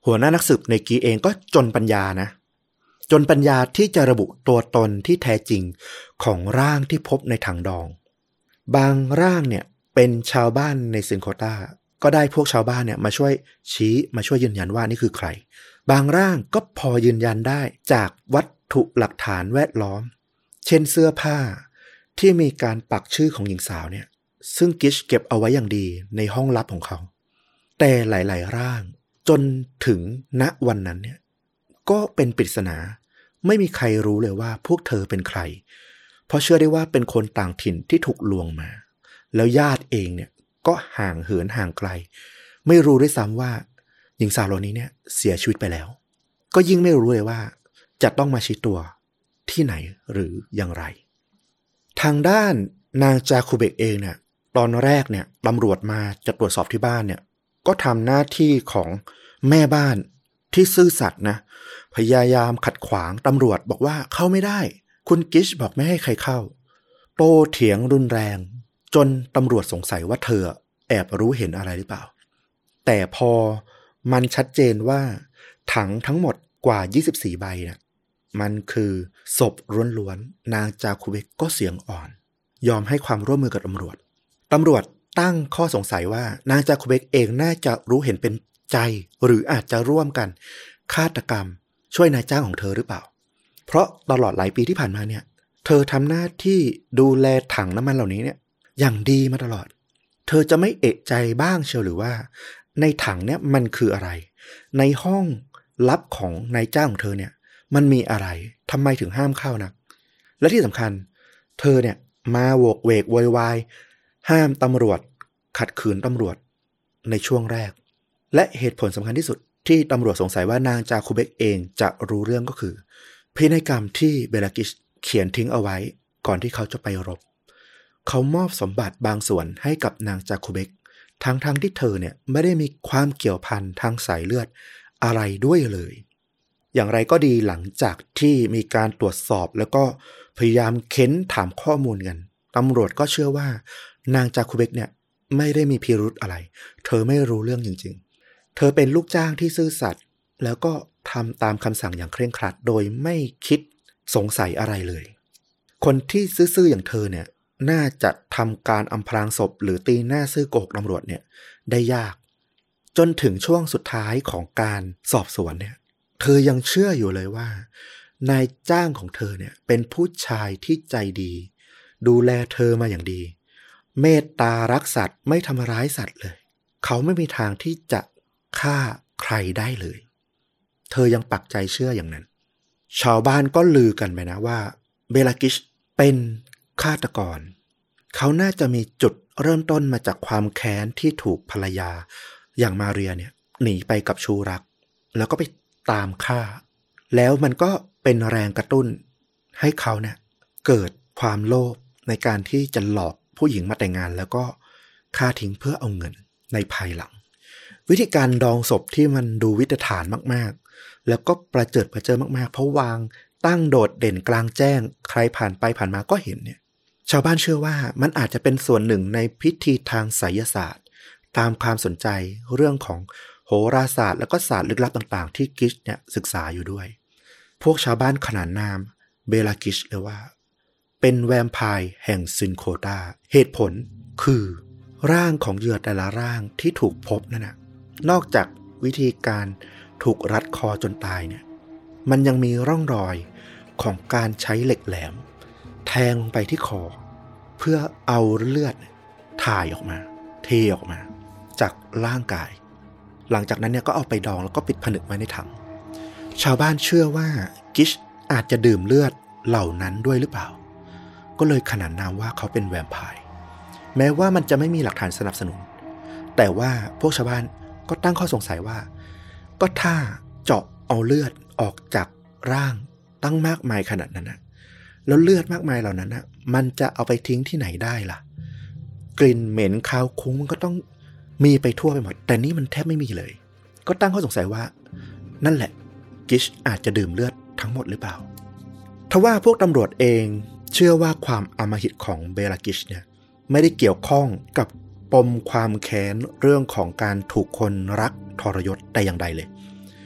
หัวหน้านักสืบในกีเองก็จนปัญญานะจนปัญญาที่จะระบุตัวตนที่แท้จริงของร่างที่พบในถังดองบางร่างเนี่ยเป็นชาวบ้านในซินโคต้าก็ได้พวกชาวบ้านเนี่ยมาช่วยชี้มาช่วยยืนยันว่านี่คือใครบางร่างก็พอยืนยันได้จากวัตถุหลักฐานแวดล้อมเช่นเสื้อผ้าที่มีการปักชื่อของหญิงสาวเนี่ยซึ่งกิชเก็บเอาไว้อย่างดีในห้องลับของเขาแต่หลายๆร่างจนถึงณวันนั้นเนี่ยก็เป็นปริศนาไม่มีใครรู้เลยว่าพวกเธอเป็นใครเพราะเชื่อได้ว่าเป็นคนต่างถิ่นที่ถูกลวงมาแล้วญาติเองเนี่ยก็ห่างเหินห่างไกลไม่รู้ด้วยซ้ำว่าหญิงสาวเหล่านี้เนี่ยเสียชีวิตไปแล้วก็ยิ่งไม่รู้เลยว่าจะต้องมาชี้ตัวที่ไหนหรืออย่างไรทางด้านนางจาคูเบกเองเนี่ยตอนแรกเนี่ยตำรวจมาจะตรวจสอบที่บ้านเนี่ยก็ทำหน้าที่ของแม่บ้านที่ซื่อสัตย์นะพยายามขัดขวางตำรวจบอกว่าเข้าไม่ได้คุณกิชบอกไม่ให้ใครเข้าโต้เถียงรุนแรงจนตำรวจสงสัยว่าเธอแอบรู้เห็นอะไรหรือเปล่าแต่พอมันชัดเจนว่าถังทั้งหมดกว่า24ใบเนี่ยมันคือศพล้วนๆนางจาคูเบกก็เสียงอ่อนยอมให้ความร่วมมือกับตำรวจตั้งข้อสงสัยว่านางจาคูเบกเองน่าจะรู้เห็นเป็นใจหรืออาจจะร่วมกันฆาตกรรมช่วยนายจ้างของเธอหรือเปล่าเพราะตลอดหลายปีที่ผ่านมาเนี่ยเธอทำหน้าที่ดูแลถังน้ำมันเหล่านี้เนี่ยอย่างดีมาตลอดเธอจะไม่เอะใจบ้างเชียวหรือว่าในถังเนี่ยมันคืออะไรในห้องลับของนายจ้างของเธอเนี่ยมันมีอะไรทำไมถึงห้ามเข้านะและที่สำคัญเธอเนี่ยมาโวกเวกโวยวายห้ามตำรวจขัดขืนตำรวจในช่วงแรกและเหตุผลสำคัญที่สุดที่ตำรวจสงสัยว่านางจาคูเบกเองจะรู้เรื่องก็คือพินัยกรรมที่เบลากิชเขียนทิ้งเอาไว้ก่อนที่เขาจะไปรบเขามอบสมบัติบางส่วนให้กับนางจาคูเบกทั้งที่เธอเนี่ยไม่ได้มีความเกี่ยวพันทางสายเลือดอะไรด้วยเลยอย่างไรก็ดีหลังจากที่มีการตรวจสอบแล้วก็พยายามเค้นถามข้อมูลกันตำรวจก็เชื่อว่านางจาคูเบกเนี่ยไม่ได้มีพิรุธอะไรเธอไม่รู้เรื่องจริงๆเธอเป็นลูกจ้างที่ซื่อสัตย์แล้วก็ทำตามคำสั่งอย่างเคร่งครัดโดยไม่คิดสงสัยอะไรเลยคนที่ซื่อๆอย่างเธอเนี่ยน่าจะทำการอำพรางศพหรือตีหน้าซื่อโกหกตำรวจเนี่ยได้ยากจนถึงช่วงสุดท้ายของการสอบสวนเนี่ยเธอยังเชื่ออยู่เลยว่านายจ้างของเธอเนี่ยเป็นผู้ชายที่ใจดีดูแลเธอมาอย่างดีเมตตารักสัตว์ไม่ทำร้ายสัตว์เลยเขาไม่มีทางที่จะฆ่าใครได้เลยเธอยังปักใจเชื่ออย่างนั้นชาวบ้านก็ลือกันไปนะว่าเบลากิชเป็นฆาตกรเขาน่าจะมีจุดเริ่มต้นมาจากความแค้นที่ถูกภรรยาอย่างมาเรียเนี่ยหนีไปกับชูรักแล้วก็ไปตามฆ่าแล้วมันก็เป็นแรงกระตุ้นให้เขาเนี่ยเกิดความโลภในการที่จะหลอกผู้หญิงมาแต่งงานแล้วก็ฆ่าทิ้งเพื่อเอาเงินในภายหลังวิธีการดองศพที่มันดูวิตฐานมากๆแล้วก็ประเจิดประเจิอมากๆเพราะวางตั้งโดดเด่นกลางแจ้งใครผ่านไปผ่านมาก็เห็นเนี่ยชาวบ้านเชื่อว่ามันอาจจะเป็นส่วนหนึ่งในพิธีทางไสยศาสตร์ตามความสนใจเรื่องของโหราศาสตร์แล้วก็ศาสตร์ลึกลับต่างๆที่กิชเนี่ยศึกษาอยู่ด้วยพวกชาวบ้านขนานนามเบลากิชเลยว่าเป็นแวมไพร์แห่งซินโคตาเหตุผลคือร่างของเหยื่อแต่ละร่างที่ถูกพบนั่นนะนอกจากวิธีการถูกรัดคอจนตายเนี่ยมันยังมีร่องรอยของการใช้เหล็กแหลมแทงลงไปที่คอเพื่อเอาเลือดถ่ายออกมาเทออกมาจากร่างกายหลังจากนั้นเนี่ยก็เอาไปดองแล้วก็ปิดผนึกไว้ในถังชาวบ้านเชื่อว่ากิชอาจจะดื่มเลือดเหล่านั้นด้วยหรือเปล่าก็เลยขนานนามว่าเขาเป็นแวมไพร์แม้ว่ามันจะไม่มีหลักฐานสนับสนุนแต่ว่าพวกชาวบ้านก็ตั้งข้อสงสัยว่าก็ถ้าเจาะเอาเลือดออกจากร่างตั้งมากมายขนาดนั้นนะแล้วเลือดมากมายเหล่านั้นนะมันจะเอาไปทิ้งที่ไหนได้ล่ะกลิ่นเหม็นคาวคุ้งมันก็ต้องมีไปทั่วไปหมดแต่นี่มันแทบไม่มีเลยก็ตั้งข้อสงสัยว่านั่นแหละกิชอาจจะดื่มเลือดทั้งหมดหรือเปล่าทว่าพวกตำรวจเองเชื่อว่าความอำมหิตของเบลากิชเนี่ยไม่ได้เกี่ยวข้องกับปมความแค้นเรื่องของการถูกคนรักทรยศแต่อย่างใดเลย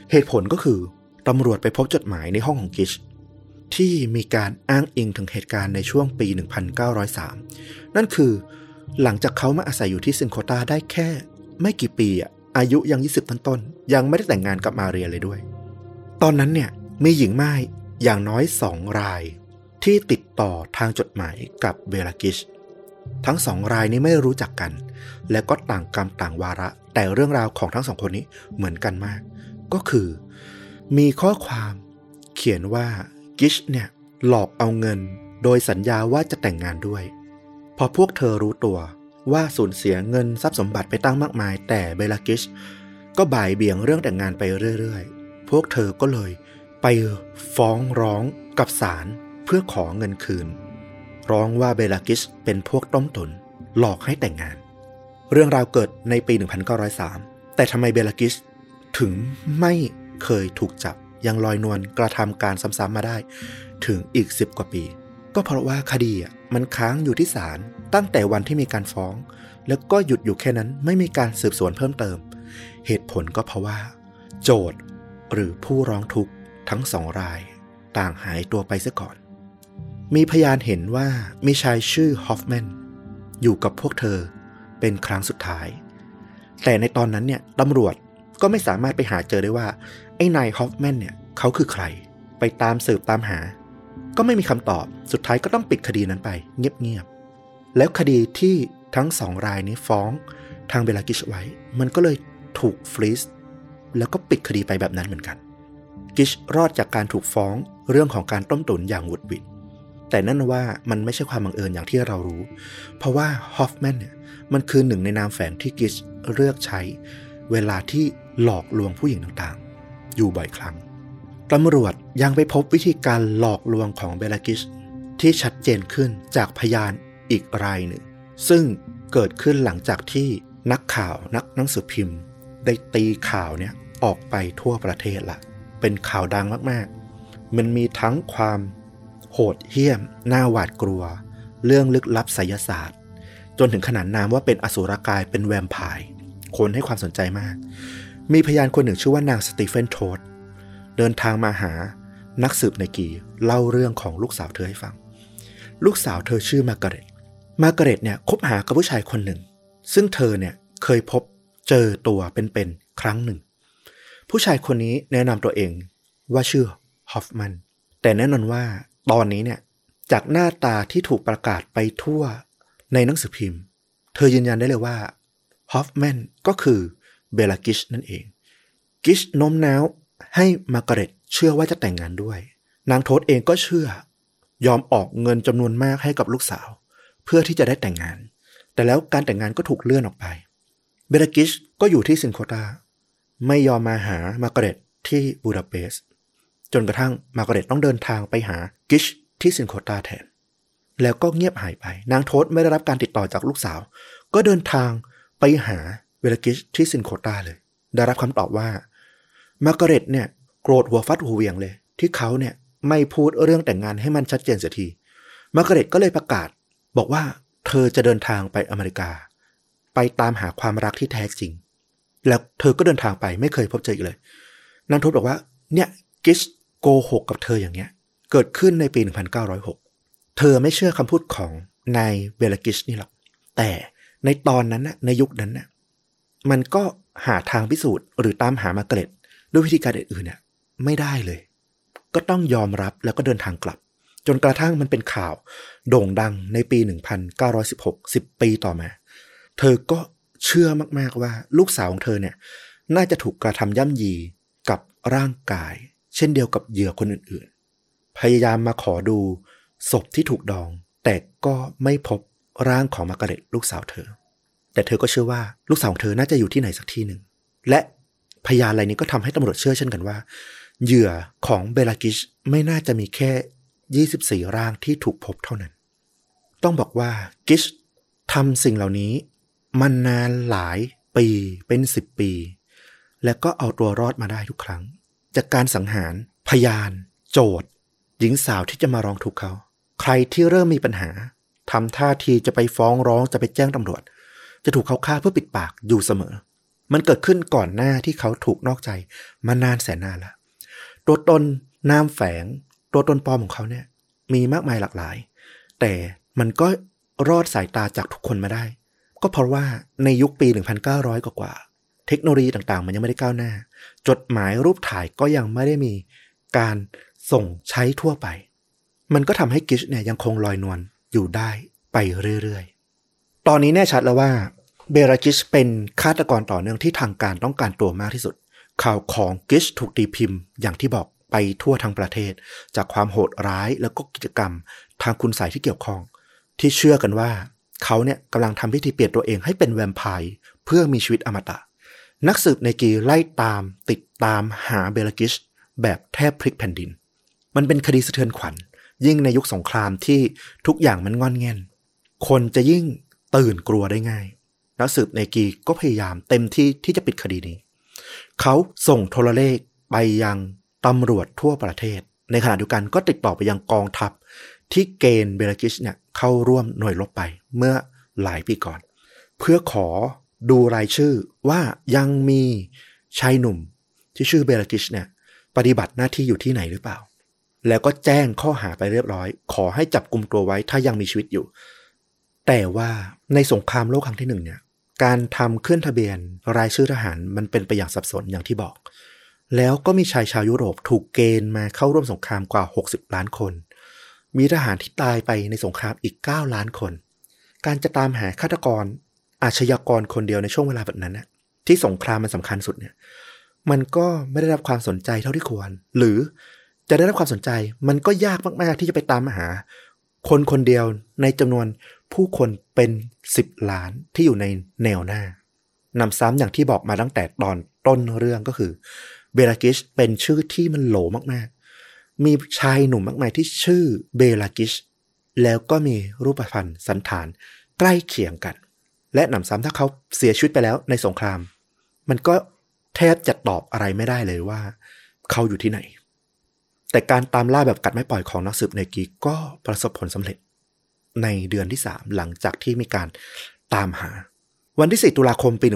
เหตุผลก็คือตำรวจไปพบจดหมายในห้องของกิชที่มีการอ้างอิงถึงเหตุการณ์ในช่วงปี 1903 นั่นคือหลังจากเขามาอาศัยอยู่ที่ซินโคตาได้แค่ไม่กี่ปีอายุยัง20ต้นๆยังไม่ได้แต่งงานกับมาเรียเลยด้วยตอนนั้นเนี่ยมีหญิงม่ายอย่างน้อย2 รายที่ติดต่อทางจดหมายกับเบลากิชทั้ง2 รายนี้ไม่รู้จักกันและก็ต่างกรรมต่างวาระแต่เรื่องราวของทั้ง2 คนนี้เหมือนกันมากก็คือมีข้อความเขียนว่ากิชเนี่ยหลอกเอาเงินโดยสัญญาว่าจะแต่งงานด้วยพอพวกเธอรู้ตัวว่าสูญเสียเงินทรัพย์สมบัติไปตั้งมากมายแต่เบลากิชก็บ่ายเบี่ยงเรื่องแต่งงานไปเรื่อยๆพวกเธอก็เลยไปฟ้องร้องกับศาลเพื่อขอเงินคืนร้องว่าเบลากิชเป็นพวกต้มตุ๋นหลอกให้แต่งงานเรื่องราวเกิดในปี 1903 แต่ทำไมเบลากิชถึงไม่เคยถูกจับยังลอยนวลกระทำการซ้ำๆมาได้ถึงอีก10 กว่าปีก็เพราะว่าคดีมันค้างอยู่ที่ศาลตั้งแต่วันที่มีการฟ้องแล้วก็หยุดอยู่แค่นั้นไม่มีการสืบสวนเพิ่มเติมเหตุผลก็เพราะว่าโจทก์หรือผู้ร้องทุกข์ทั้ง2 รายต่างหายตัวไปซะก่อนมีพยานเห็นว่ามีชายชื่อฮอฟแมนอยู่กับพวกเธอเป็นครั้งสุดท้ายแต่ในตอนนั้นเนี่ยตำรวจก็ไม่สามารถไปหาเจอได้ว่าไอ้นายฮอฟแมนเนี่ยเขาคือใครไปตามสืบตามหาก็ไม่มีคำตอบสุดท้ายก็ต้องปิดคดีนั้นไปเงียบๆแล้วคดีที่ทั้ง2 รายนี้ฟ้องทางเบลากิชไว้มันก็เลยถูกฟรีซแล้วก็ปิดคดีไปแบบนั้นเหมือนกันกิชรอดจากการถูกฟ้องเรื่องของการต้มตุ๋นอย่างหวุดหวิดแต่นั่นว่ามันไม่ใช่ความบังเอิญอย่างที่เรารู้เพราะว่าฮอฟแมนเนี่ยมันคือหนึ่งในนามแฝงที่กิชเลือกใช้เวลาที่หลอกลวงผู้หญิงต่างๆอยู่บ่อยครั้งตำรวจยังไปพบวิธีการหลอกลวงของเบลากิชที่ชัดเจนขึ้นจากพยานอีกรายหนึ่งซึ่งเกิดขึ้นหลังจากที่นักข่าวนักหนังสือพิมพ์ได้ตีข่าวเนี่ยออกไปทั่วประเทศละเป็นข่าวดังมากๆมันมีทั้งความโหดเหี้ยมน่าหวาดกลัวเรื่องลึกลับไสยศาสตร์จนถึงขนาดนามว่าเป็นอสูรกายเป็นแวมไพร์คนให้ความสนใจมากมีพยานคนหนึ่งชื่อว่านางสตีเฟนโทดเดินทางมาหานักสืบในกีเล่าเรื่องของลูกสาวเธอให้ฟังลูกสาวเธอชื่อมาร์กาเร็ตเนี่ยคบหากับผู้ชายคนหนึ่งซึ่งเธอเนี่ยเคยพบเจอตัวเป็นครั้งหนึ่งผู้ชายคนนี้แนะนำตัวเองว่าชื่อฮอฟแมนแต่แน่นอนว่าตอนนี้เนี่ยจากหน้าตาที่ถูกประกาศไปทั่วในหนังสือพิมพ์เธอยืนยันได้เลยว่าฮอฟแมนก็คือเบลากิชนั่นเองกิชโน้มน้าวให้มาร์กาเร็ตเชื่อว่าจะแต่งงานด้วยนางโทษเองก็เชื่อยอมออกเงินจำนวนมากให้กับลูกสาวเพื่อที่จะได้แต่งงานแต่แล้วการแต่งงานก็ถูกเลื่อนออกไปเบลากิชก็อยู่ที่ซินโคตาไม่ยอมมาหามาร์กาเร็ตที่บูดาเปสต์จนกระทั่งมาร์กาเร็ตต้องเดินทางไปหากิชที่ซินโคตาแทนแล้วก็เงียบหายไปนางโทษไม่ได้รับการติดต่อจากลูกสาวก็เดินทางไปหาเบลากิชที่ซินโคตาเลยได้รับคำตอบว่ามาร์กาเร็ตเนี่ยโกรธหัวฟัดหัวเวียงเลยที่เขาเนี่ยไม่พูดเรื่องแต่งงานให้มันชัดเจนเสียทีมาร์กาเร็ตก็เลยประกาศบอกว่าเธอจะเดินทางไปอเมริกาไปตามหาความรักที่แท้จริงแล้วเธอก็เดินทางไปไม่เคยพบเจออีกเลยนางโทษบอกว่าเนี่ยกิชโกหกกับเธออย่างเงี้ยเกิดขึ้นในปี 1906 เธอไม่เชื่อคำพูดของนายเบลากิชนี่หรอกแต่ในตอนนั้นนะในยุคนั้นนะมันก็หาทางพิสูจน์หรือตามหามาร์กาเร็ตด้วยวิธีการอื่นๆเนี่ยไม่ได้เลยก็ต้องยอมรับแล้วก็เดินทางกลับจนกระทั่งมันเป็นข่าวโด่งดังในปี 1916 10 ปีต่อมาเธอก็เชื่อมากๆว่าลูกสาวของเธอเนี่ยน่าจะถูกกระทำย่ำยีกับร่างกายเช่นเดียวกับเหยื่อคนอื่นๆพยายามมาขอดูศพที่ถูกดองแต่ก็ไม่พบร่างของมาร์กาเร็ตลูกสาวเธอแต่เธอก็เชื่อว่าลูกสาวของเธอน่าจะอยู่ที่ไหนสักที่หนึ่งและพยานรายนี้ก็ทำให้ตำรวจเชื่อเช่นกันว่าเหยื่อของเบลากิชไม่น่าจะมีแค่24ร่างที่ถูกพบเท่านั้นต้องบอกว่ากิชทำสิ่งเหล่านี้มันนานหลายปีเป็น10 ปีแล้วก็เอาตัวรอดมาได้ทุกครั้งจากการสังหารพยานโจทก์หญิงสาวที่จะมาร้องทุกข์เขาใครที่เริ่มมีปัญหาทำท่าทีจะไปฟ้องร้องจะไปแจ้งตำรวจจะถูกเขาฆ่าเพื่อปิดปากอยู่เสมอมันเกิดขึ้นก่อนหน้าที่เขาถูกนอกใจมานานแสนนานแล้วตัวตนนามแฝงตัวตนปลอมของเขาเนี่ยมีมากมายหลากหลายแต่มันก็รอดสายตาจากทุกคนมาได้ก็เพราะว่าในยุคปี 1900 กว่าเทคโนโลยีต่างๆมันยังไม่ได้ก้าวหน้าจดหมายรูปถ่ายก็ยังไม่ได้มีการส่งใช้ทั่วไปมันก็ทำให้กิชเนี่ยยังคงลอยนวลอยู่ได้ไปเรื่อยๆตอนนี้แน่ชัดแล้วว่าเบรากิชเป็นฆาตกรต่อเนื่องที่ทางการต้องการตัวมากที่สุดข่าวของกิชถูกตีพิมพ์อย่างที่บอกไปทั่วทั้งประเทศจากความโหดร้ายแล้วก็กิจกรรมทางคุณไสยที่เกี่ยวข้องที่เชื่อกันว่าเขาเนี่ยกำลังทำพิธีเปลี่ยนตัวเองให้เป็นแวมไพร์เพื่อมีชีวิตอมตะนักสืบในกีไล่ตามติดตามหาเบรากิชแบบแทบพลิกแผ่นดินมันเป็นคดีสะเทือนขวัญยิ่งในยุคสงครามที่ทุกอย่างมันงอนแง่นคนจะยิ่งตื่นกลัวได้ง่ายนักสืบในกีก็พยายามเต็มที่จะปิดคดีนี้เขาส่งโทรเลขไปยังตำรวจทั่วประเทศในขณะเดียวกันก็ติดต่อไปยังกองทัพที่เกณฑ์เบรากิชเนี่ยเข้าร่วมหน่วยรบไปเมื่อหลายปีก่อนเพื่อขอดูรายชื่อว่ายังมีชายหนุ่มที่ชื่อเบรากิชเนี่ยปฏิบัติหน้าที่อยู่ที่ไหนหรือเปล่าแล้วก็แจ้งข้อหาไปเรียบร้อยขอให้จับกุมตัวไว้ถ้ายังมีชีวิตอยู่แต่ว่าในสงครามโลกครั้งที่1เนี่ยการทำขึ้นทะเบียนรายชื่อทหารมันเป็นไปอย่างสับสนอย่างที่บอกแล้วก็มีชายชาวยุโรปถูกเกณฑ์มาเข้าร่วมสงครามกว่า60ล้านคนมีทหารที่ตายไปในสงครามอีก9ล้านคนการจะตามหาฆาตกรอาชญากรคนเดียวในช่วงเวลาแบบนั้นนะที่สงครามมันสำคัญสุดเนี่ยมันก็ไม่ได้รับความสนใจเท่าที่ควรหรือจะได้รับความสนใจมันก็ยากมากๆที่จะไปตามหาคนคนเดียวในจำนวนผู้คนเป็น10ล้านที่อยู่ในแนวหน้านำซ้ำอย่างที่บอกมาตั้งแต่ตอนต้นเรื่องก็คือเบรากิชเป็นชื่อที่มันโหลมากๆมีชายหนุ่มมากมายที่ชื่อเบรากิชแล้วก็มีรูปพรรณสันฐานใกล้เคียงกันและหนำซ้ำถ้าเขาเสียชีวิตไปแล้วในสงครามมันก็แทบจะตอบอะไรไม่ได้เลยว่าเขาอยู่ที่ไหนแต่การตามล่าแบบกัดไม่ปล่อยของนักสืบในกีก็ประสบผลสำเร็จในเดือนที่3หลังจากที่มีการตามหาวันที่4ตุลาคมปี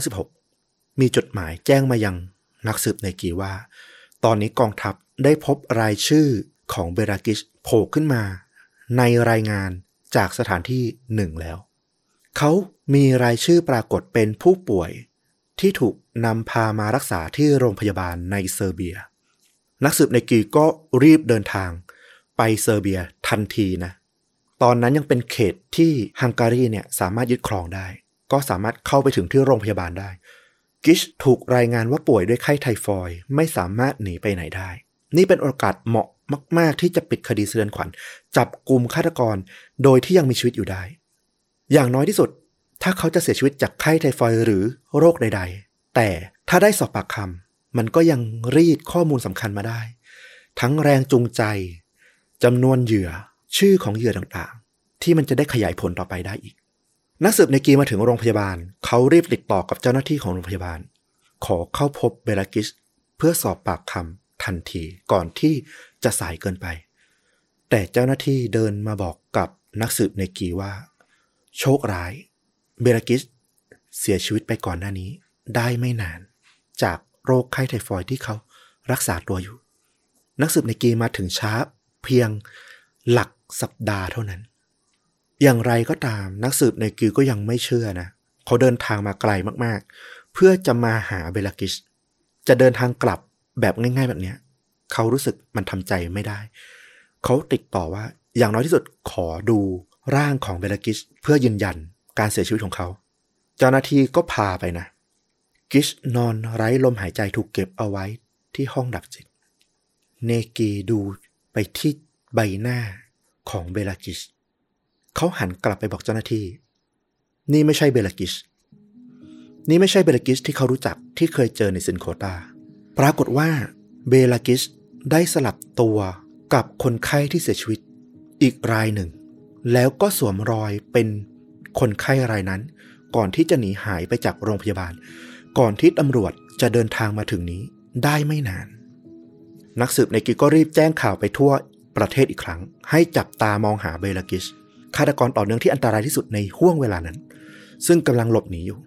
1916มีจดหมายแจ้งมายังนักสืบในกีว่าตอนนี้กองทัพได้พบรายชื่อของเบรากิชโผล่ขึ้นมาในรายงานจากสถานที่1แล้วเขามีรายชื่อปรากฏเป็นผู้ป่วยที่ถูกนำพามารักษาที่โรงพยาบาลในเซอร์เบียนักสืบในกีก็รีบเดินทางไปเซอร์เบียทันทีนะตอนนั้นยังเป็นเขตที่ฮังการีเนี่ยสามารถยึดครองได้ก็สามารถเข้าไปถึงที่โรงพยาบาลได้กิชถูกรายงานว่าป่วยด้วยไข้ไทฟอยด์ไม่สามารถหนีไปไหนได้นี่เป็นโอกาสเหมาะมากๆที่จะปิดคดีสะเทือนขวัญจับกุมฆาตกรโดยที่ยังมีชีวิตอยู่ได้อย่างน้อยที่สุดถ้าเขาจะเสียชีวิตจากไข้ไทฟอยด์หรือโรคใดๆแต่ถ้าได้สอบปากคำมันก็ยังรีดข้อมูลสำคัญมาได้ทั้งแรงจูงใจจำนวนเหยื่อชื่อของเหยื่อต่างๆที่มันจะได้ขยายผลต่อไปได้อีกนักสืบในกีมาถึงโรงพยาบาลเขารีบติดต่อกับเจ้าหน้าที่ของโรงพยาบาลขอเข้าพบเบรากิชเพื่อสอบปากคำทันทีก่อนที่จะสายเกินไปแต่เจ้าหน้าที่เดินมาบอกกับนักสืบในกีว่าโชคร้ายเบรากิชเสียชีวิตไปก่อนหน้านี้ได้ไม่นานจากโรคไข้ไทฟอยด์ที่เขารักษาตัวอยู่นักสืบในกีมาถึงช้าเพียงหลักสัปดาห์เท่านั้นอย่างไรก็ตามนักสืบในกีก็ยังไม่เชื่อนะเขาเดินทางมาไกลมากๆเพื่อจะมาหาเบรากิชจะเดินทางกลับแบบง่ายๆแบบนี้เขารู้สึกมันทำใจไม่ได้เขาติดต่อว่าอย่างน้อยที่สุดขอดูร่างของเบรากิชเพื่อยืนยันการเสียชีวิตของเขาเจ้าหน้าที่ก็พาไปนะกิชนอนไร้ลมหายใจถูกเก็บเอาไว้ที่ห้องดับจิตเนกีดูไปที่ใบหน้าของเบรากิชเขาหันกลับไปบอกเจ้าหน้าที่นี่ไม่ใช่เบรากิชนี่ไม่ใช่เบรากิชที่เขารู้จักที่เคยเจอในซินโคตาปรากฏว่าเบรากิชได้สลับตัวกับคนไข้ที่เสียชีวิตอีกรายหนึ่งแล้วก็สวมรอยเป็นคนไข้รายนั้นก่อนที่จะหนีหายไปจากโรงพยาบาลก่อนที่ตำรวจจะเดินทางมาถึงนี้ได้ไม่นานนักสืบในกีก็รีบแจ้งข่าวไปทั่วประเทศอีกครั้งให้จับตามองหาเบรากิชฆาตกรต่อเนื่องที่อันตรายที่สุดในห้วงเวลานั้นซึ่งกำลังหลบหนีอยู่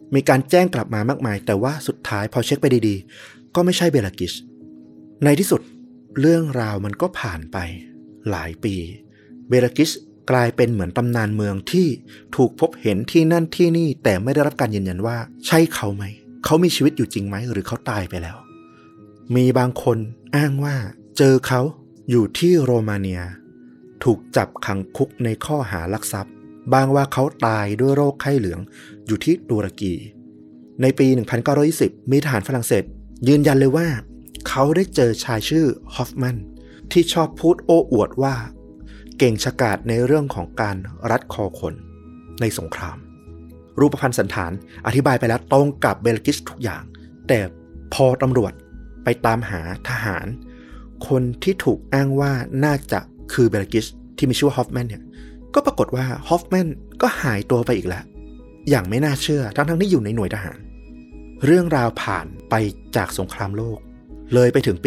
มีการแจ้งกลับมามากมายแต่ว่าสุดท้ายพอเช็คไปดีๆก็ไม่ใช่เบลากิชในที่สุดเรื่องราวมันก็ผ่านไปหลายปีเบลากิชกลายเป็นเหมือนตำนานเมืองที่ถูกพบเห็นที่นั่นที่นี่แต่ไม่ได้รับการยืนยันว่าใช่เขาไหมเขามีชีวิตอยู่จริงไหมหรือเขาตายไปแล้วมีบางคนอ้างว่าเจอเขาอยู่ที่โรมาเนียถูกจับขังคุกในข้อหาลักทรัพย์บางว่าเขาตายด้วยโรคไข้เหลืองอยู่ที่ตุรกีในปี 1920 มีทหารฝรั่งเศสยืนยันเลยว่าเขาได้เจอชายชื่อฮอฟมันที่ชอบพูดโอ้อวดว่าเก่งฉกาจในเรื่องของการรัดคอคนในสงครามรูปพรรณสันฐานอธิบายไปแล้วตรงกับเบลกิชทุกอย่างแต่พอตำรวจไปตามหาทหารคนที่ถูกอ้างว่าน่าจะคือเบลกิชที่มีชื่อว่าฮอฟแมนเนี่ยก็ปรากฏว่าฮอฟแมนก็หายตัวไปอีกแล้วอย่างไม่น่าเชื่อทั้งที่อยู่ในหน่วยทหารเรื่องราวผ่านไปจากสงครามโลกเลยไปถึงปี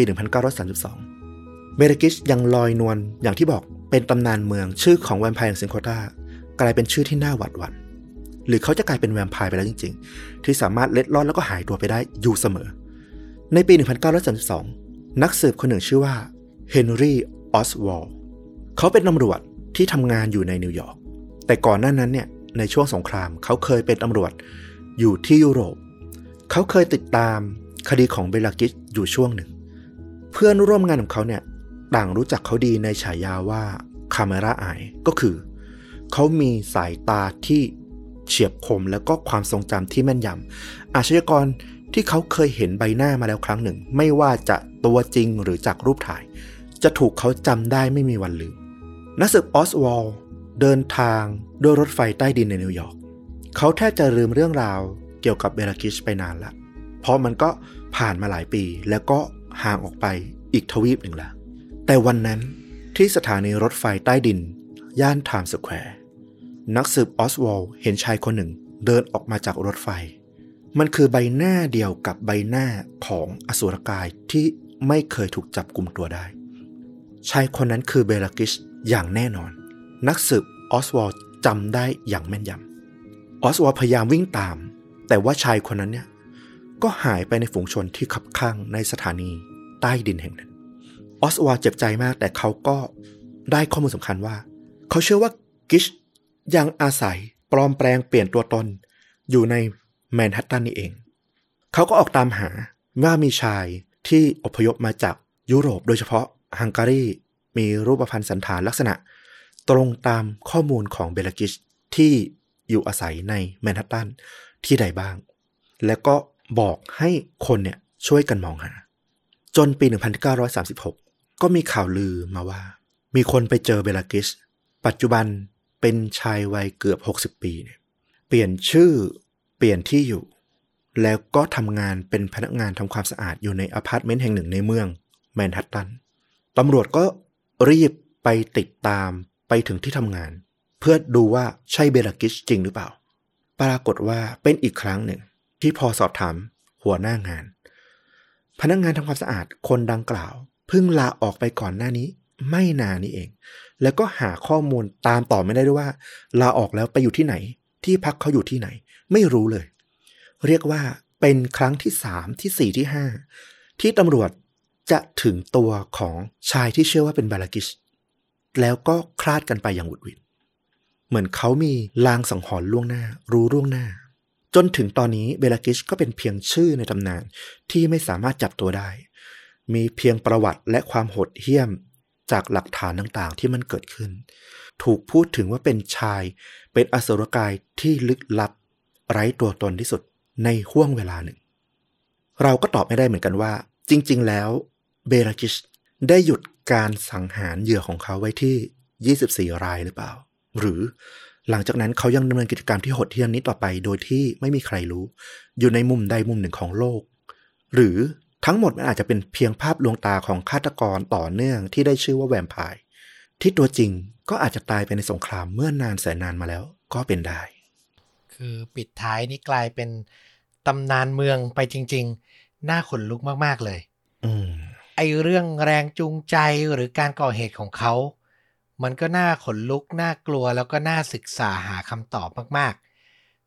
1932 เบลกิชยังลอยนวลอย่างที่บอกเป็นตำนานเมืองชื่อของแวมไพร์อย่างซินโคต้ากลายเป็นชื่อที่น่าหวาดหวั่นหรือเขาจะกลายเป็นแวมไพร์ไปแล้วจริงๆที่สามารถเล็ดลอดแล้วก็หายตัวไปได้อยู่เสมอในปี 1932 นักสืบคนหนึ่งชื่อว่าเฮนรี่ออสวอลด์เขาเป็นตำรวจที่ทำงานอยู่ในนิวยอร์กแต่ก่อนหน้านั้นเนี่ยในช่วงสงครามเขาเคยเป็นตำรวจอยู่ที่ยุโรปเขาเคยติดตามคดีของเบลากิชอยู่ช่วงหนึ่งเพื่อนร่วมงานของเขาเนี่ยต่างรู้จักเขาดีในฉายาว่าคาเมราไอก็คือเขามีสายตาที่เฉียบคมแล้วก็ความทรงจำที่แม่นยำอาชญากรที่เขาเคยเห็นใบหน้ามาแล้วครั้งหนึ่งไม่ว่าจะตัวจริงหรือจากรูปถ่ายจะถูกเขาจำได้ไม่มีวันลืมนักสืบออสวอลด์เดินทางด้วยรถไฟใต้ดินในนิวยอร์กเขาแทบจะลืมเรื่องราวเกี่ยวกับเบลากิชไปนานละเพราะมันก็ผ่านมาหลายปีแล้วก็ห่างออกไปอีกทวีปหนึ่งละแต่วันนั้นที่สถานีรถไฟใต้ดินย่านไทม์สแควร์นักสืบออสวอลด์เห็นชายคนหนึ่งเดินออกมาจากรถไฟมันคือใบหน้าเดียวกับใบหน้าของอสูรกายที่ไม่เคยถูกจับกุมตัวได้ชายคนนั้นคือเบลากิชอย่างแน่นอนนักสืบออสวอลด์จำได้อย่างแม่นยำออสวอลด์พยายามวิ่งตามแต่ว่าชายคนนั้นเนี่ยก็หายไปในฝูงชนที่คับข้างในสถานีใต้ดินแห่งนั้นออสวอลด์เจ็บใจมากแต่เขาก็ได้ข้อมูลสำคัญว่าเขาเชื่อว่ากิชยังอาศัยปลอมแปลงเปลี่ยนตัวตนอยู่ในแมนฮัตตันนี่เองเขาก็ออกตามหาว่ามีชายที่อพยพมาจากยุโรปโดยเฉพาะฮังการีมีรูปพรรณสันฐานลักษณะตรงตามข้อมูลของเบลากิชที่อยู่อาศัยในแมนฮัตตันที่ใดบ้างแล้วก็บอกให้คนเนี่ยช่วยกันมองหาจนปี 1936 ก็มีข่าวลือมาว่ามีคนไปเจอเบลากิชปัจจุบันเป็นชายวัยเกือบ60 ปีเนี่ยเปลี่ยนชื่อเปลี่ยนที่อยู่แล้วก็ทำงานเป็นพนักงานทำความสะอาดอยู่ในอพาร์ตเมนต์แห่งหนึ่งในเมืองแมนฮัตตันตำรวจก็รีบไปติดตามไปถึงที่ทำงานเพื่อดูว่าใช่เบลากิชจริงหรือเปล่าปรากฏว่าเป็นอีกครั้งหนึ่งที่พอสอบถามหัวหน้างานพนักงานทำความสะอาดคนดังกล่าวเพิ่งลาออกไปก่อนหน้านี้ไม่นานนี้เองแล้วก็หาข้อมูลตามต่อไม่ได้ด้วยว่าลาออกแล้วไปอยู่ที่ไหนที่พักเขาอยู่ที่ไหนไม่รู้เลยเรียกว่าเป็นครั้งที่3ที่4ที่5ที่ตำรวจจะถึงตัวของชายที่เชื่อว่าเป็นเบลากิชแล้วก็คลาดกันไปอย่างหวุดหวิดเหมือนเขามีลางสังหรณ์ล่วงหน้ารู้ล่วงหน้าจนถึงตอนนี้เบลากิชก็เป็นเพียงชื่อในตำนานที่ไม่สามารถจับตัวได้มีเพียงประวัติและความโหดเหี้ยมจากหลักฐานต่างๆที่มันเกิดขึ้นถูกพูดถึงว่าเป็นชายเป็นอสุรกายที่ลึกลับไร้ตัวตนที่สุดในห้วงเวลาหนึ่งเราก็ตอบไม่ได้เหมือนกันว่าจริงๆแล้วเบลากิชได้หยุดการสังหารเหยื่อของเขาไว้ที่24 รายหรือเปล่าหรือหลังจากนั้นเขายังดำเนินกิจกรรมที่โหดเหี้ยมนี้ต่อไปโดยที่ไม่มีใครรู้อยู่ในมุมใดมุมหนึ่งของโลกหรือทั้งหมดมันอาจจะเป็นเพียงภาพลวงตาของฆาตกรต่อเนื่องที่ได้ชื่อว่าแวมไพร์ที่ตัวจริงก็อาจจะตายไปในสงครามเมื่อนานแสนนานมาแล้วก็เป็นได้คือปิดท้ายนี่กลายเป็นตำนานเมืองไปจริงๆน่าขนลุกมากๆเลยไอเรื่องแรงจูงใจหรือการก่อเหตุของเขามันก็น่าขนลุกน่ากลัวแล้วก็น่าศึกษาหาคำตอบมากๆ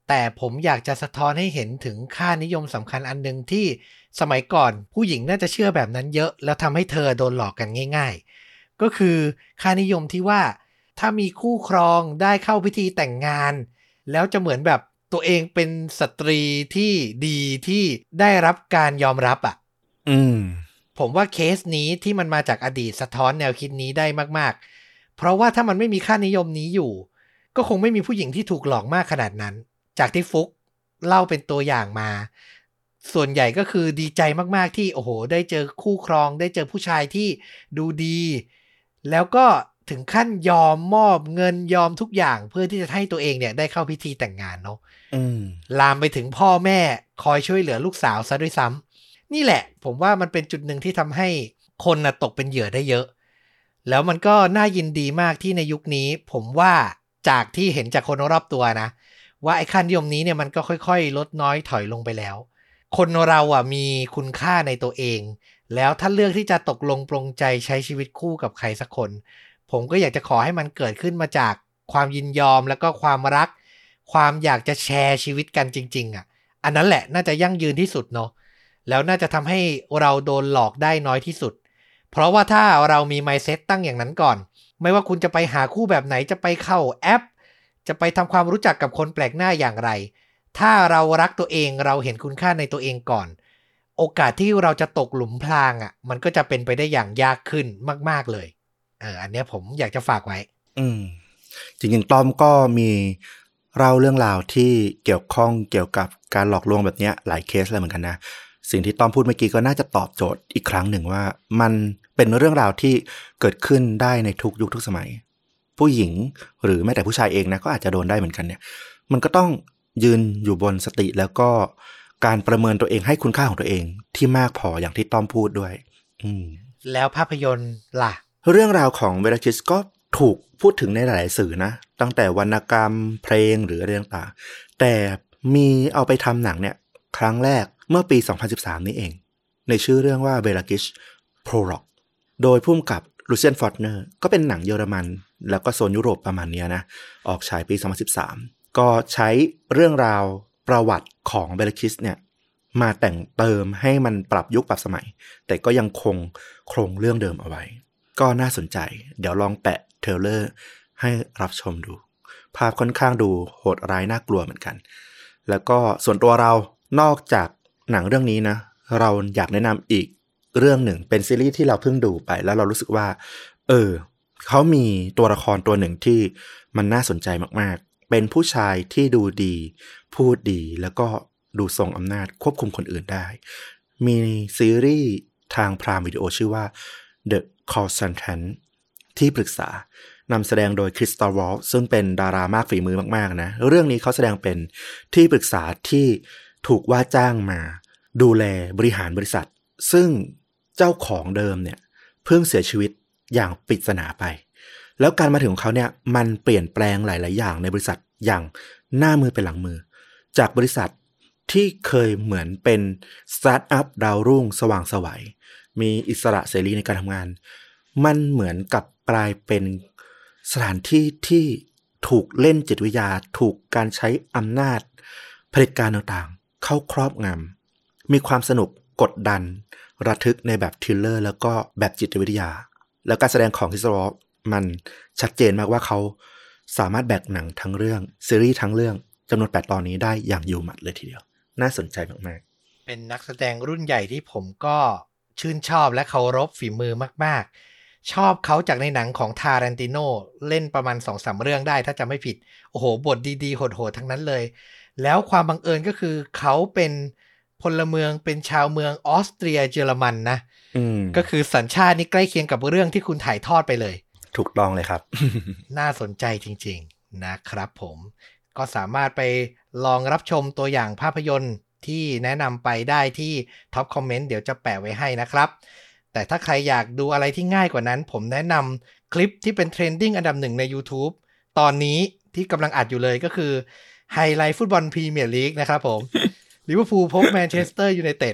แต่ผมอยากจะสะท้อนให้เห็นถึงค่านิยมสำคัญอันนึงที่สมัยก่อนผู้หญิงน่าจะเชื่อแบบนั้นเยอะแล้วทำให้เธอโดนหลอกกันง่ายๆก็คือค่านิยมที่ว่าถ้ามีคู่ครองได้เข้าพิธีแต่งงานแล้วจะเหมือนแบบตัวเองเป็นสตรีที่ดีที่ได้รับการยอมรับอ่ะผมว่าเคสนี้ที่มันมาจากอดีตสะท้อนแนวคิดนี้ได้มากๆเพราะว่าถ้ามันไม่มีค่านิยมนี้อยู่ก็คงไม่มีผู้หญิงที่ถูกหลอกมากขนาดนั้นจากที่ฟุกเล่าเป็นตัวอย่างมาส่วนใหญ่ก็คือดีใจมากๆที่โอ้โหได้เจอคู่ครองได้เจอผู้ชายที่ดูดีแล้วก็ถึงขั้นยอมมอบเงินยอมทุกอย่างเพื่อที่จะให้ตัวเองเนี่ยได้เข้าพิธีแต่งงานเนาะลามไปถึงพ่อแม่คอยช่วยเหลือลูกสาวซะด้วยซ้ำนี่แหละผมว่ามันเป็นจุดหนึ่งที่ทำให้คนน่ะตกเป็นเหยื่อได้เยอะแล้วมันก็น่ายินดีมากที่ในยุคนี้ผมว่าจากที่เห็นจากคนรอบตัวนะว่าไอ้ค่านิยมนี้เนี่ยมันก็ค่อยๆลดน้อยถอยลงไปแล้วคนเราอ่ะมีคุณค่าในตัวเองแล้วถ้าเลือกที่จะตกลงปลงใจใช้ชีวิตคู่กับใครสักคนผมก็อยากจะขอให้มันเกิดขึ้นมาจากความยินยอมแล้วก็ความรักความอยากจะแชร์ชีวิตกันจริงๆอ่ะอันนั้นแหละน่าจะยั่งยืนที่สุดเนาะแล้วน่าจะทำให้เราโดนหลอกได้น้อยที่สุดเพราะว่าถ้าเรามี mindset ตั้งอย่างนั้นก่อนไม่ว่าคุณจะไปหาคู่แบบไหนจะไปเข้าแอปจะไปทำความรู้จักกับคนแปลกหน้าอย่างไรถ้าเรารักตัวเองเราเห็นคุณค่าในตัวเองก่อนโอกาสที่เราจะตกหลุมพรางอ่ะมันก็จะเป็นไปได้อย่างยากขึ้นมากๆเลยอันนี้ผมอยากจะฝากไว้จริงๆต้อมก็มีเล่าเรื่องราวที่เกี่ยวข้องเกี่ยวกับการหลอกลวงแบบนี้หลายเคสเลยเหมือนกันนะสิ่งที่ต้อมพูดเมื่อกี้ก็น่าจะตอบโจทย์อีกครั้งหนึ่งว่ามันเป็นเรื่องราวที่เกิดขึ้นได้ในทุกยุคทุกสมัยผู้หญิงหรือแม้แต่ผู้ชายเองนะก็อาจจะโดนได้เหมือนกันเนี่ยมันก็ต้องยืนอยู่บนสติแล้วก็การประเมินตัวเองให้คุณค่าของตัวเองที่มากพออย่างที่ต้อมพูดด้วยแล้วภาพยนตร์ล่ะเรื่องราวของเวลาคิสก็ถูกพูดถึงในหลายๆสื่อนะตั้งแต่วรรณกรรมเพลงหรืออะไรต่างๆแต่มีเอาไปทำหนังเนี่ยครั้งแรกเมื่อปี 2013 นี้เองในชื่อเรื่องว่า Belagish Prologue โดยผู้กำกับลูเซียนฟอร์ตเนอร์ก็เป็นหนังเยอรมันแล้วก็โซนยุโรปประมาณนี้นะออกฉายปี 2013 ก็ใช้เรื่องราวประวัติของ Belagish เนี่ยมาแต่งเติมให้มันปรับยุคปรับสมัยแต่ก็ยังคงโครงเรื่องเดิมเอาไว้ก็น่าสนใจเดี๋ยวลองแปะเทรลเลอร์ให้รับชมดูภาพค่อนข้างดูโหดร้ายน่ากลัวเหมือนกันแล้วก็ส่วนตัวเรานอกจากหนังเรื่องนี้นะเราอยากแนะนำอีกเรื่องหนึ่งเป็นซีรีส์ที่เราเพิ่งดูไปแล้วเรารู้สึกว่าเขามีตัวละครตัวหนึ่งที่มันน่าสนใจมากๆเป็นผู้ชายที่ดูดีพูดดีแล้วก็ดูทรงอำนาจควบคุมคนอื่นได้มีซีรีส์ทางพรามวิดีโอชื่อว่า The Consultant ที่ปรึกษานำแสดงโดยคริสตอฟวอลซึ่งเป็นดารามากฝีมือมากๆนะเรื่องนี้เขาแสดงเป็นที่ปรึกษาที่ถูกว่าจ้างมาดูแลบริหารบริษัทซึ่งเจ้าของเดิมเนี่ยเพิ่งเสียชีวิตอย่างปริศนาไปแล้วการมาถึงของเขาเนี่ยมันเปลี่ยนแปลงหลายๆอย่างในบริษัทอย่างหน้ามือเป็นหลังมือจากบริษัทที่เคยเหมือนเป็นสตาร์ทอัพดาวรุ่งสว่างไสวมีอิสระเสรีในการทำงานมันเหมือนกับกลายเป็นสถานที่ที่ถูกเล่นจิตวิทยาถูกการใช้อำนาจเผด็จการต่างๆเข้าครอบงำมีความสนุกกดดันระทึกในแบบทริลเลอร์แล้วก็แบบจิตวิทยาแล้วการแสดงของคริสโตฟอลมันชัดเจนมากว่าเขาสามารถแบกหนังทั้งเรื่องซีรีส์ทั้งเรื่องจำนวน8 ตอนนี้ได้อย่างอยู่หมัดเลยทีเดียวน่าสนใจมากๆเป็นนักแสดงรุ่นใหญ่ที่ผมก็ชื่นชอบและเคารพฝีมือมากๆชอบเขาจากในหนังของทารันติโนเล่นประมาณ 2-3 เรื่องได้ถ้าจำไม่ผิดโอ้โหบทดีๆโหดๆทั้งนั้นเลยแล้วความบังเอิญก็คือเขาเป็นพลเมืองเป็นชาวเมืองออสเตรียเยอรมันนะก็คือสัญชาตินี่ใกล้เคียงกับเรื่องที่คุณถ่ายทอดไปเลยถูกต้องเลยครับน่าสนใจจริงๆนะครับผมก็สามารถไปลองรับชมตัวอย่างภาพยนตร์ที่แนะนำไปได้ที่ท็อปคอมเมนต์เดี๋ยวจะแปะไว้ให้นะครับแต่ถ้าใครอยากดูอะไรที่ง่ายกว่านั้นผมแนะนำคลิปที่เป็นเทรนดิ้งอันดับ1ใน YouTube ตอนนี้ที่กำลังอัดอยู่เลยก็คือไฮไลท์ฟุตบอลพรีเมียร์ลีกนะครับผมลิเวอร์พูลพบแมนเชสเตอร์ยูไนเต็ด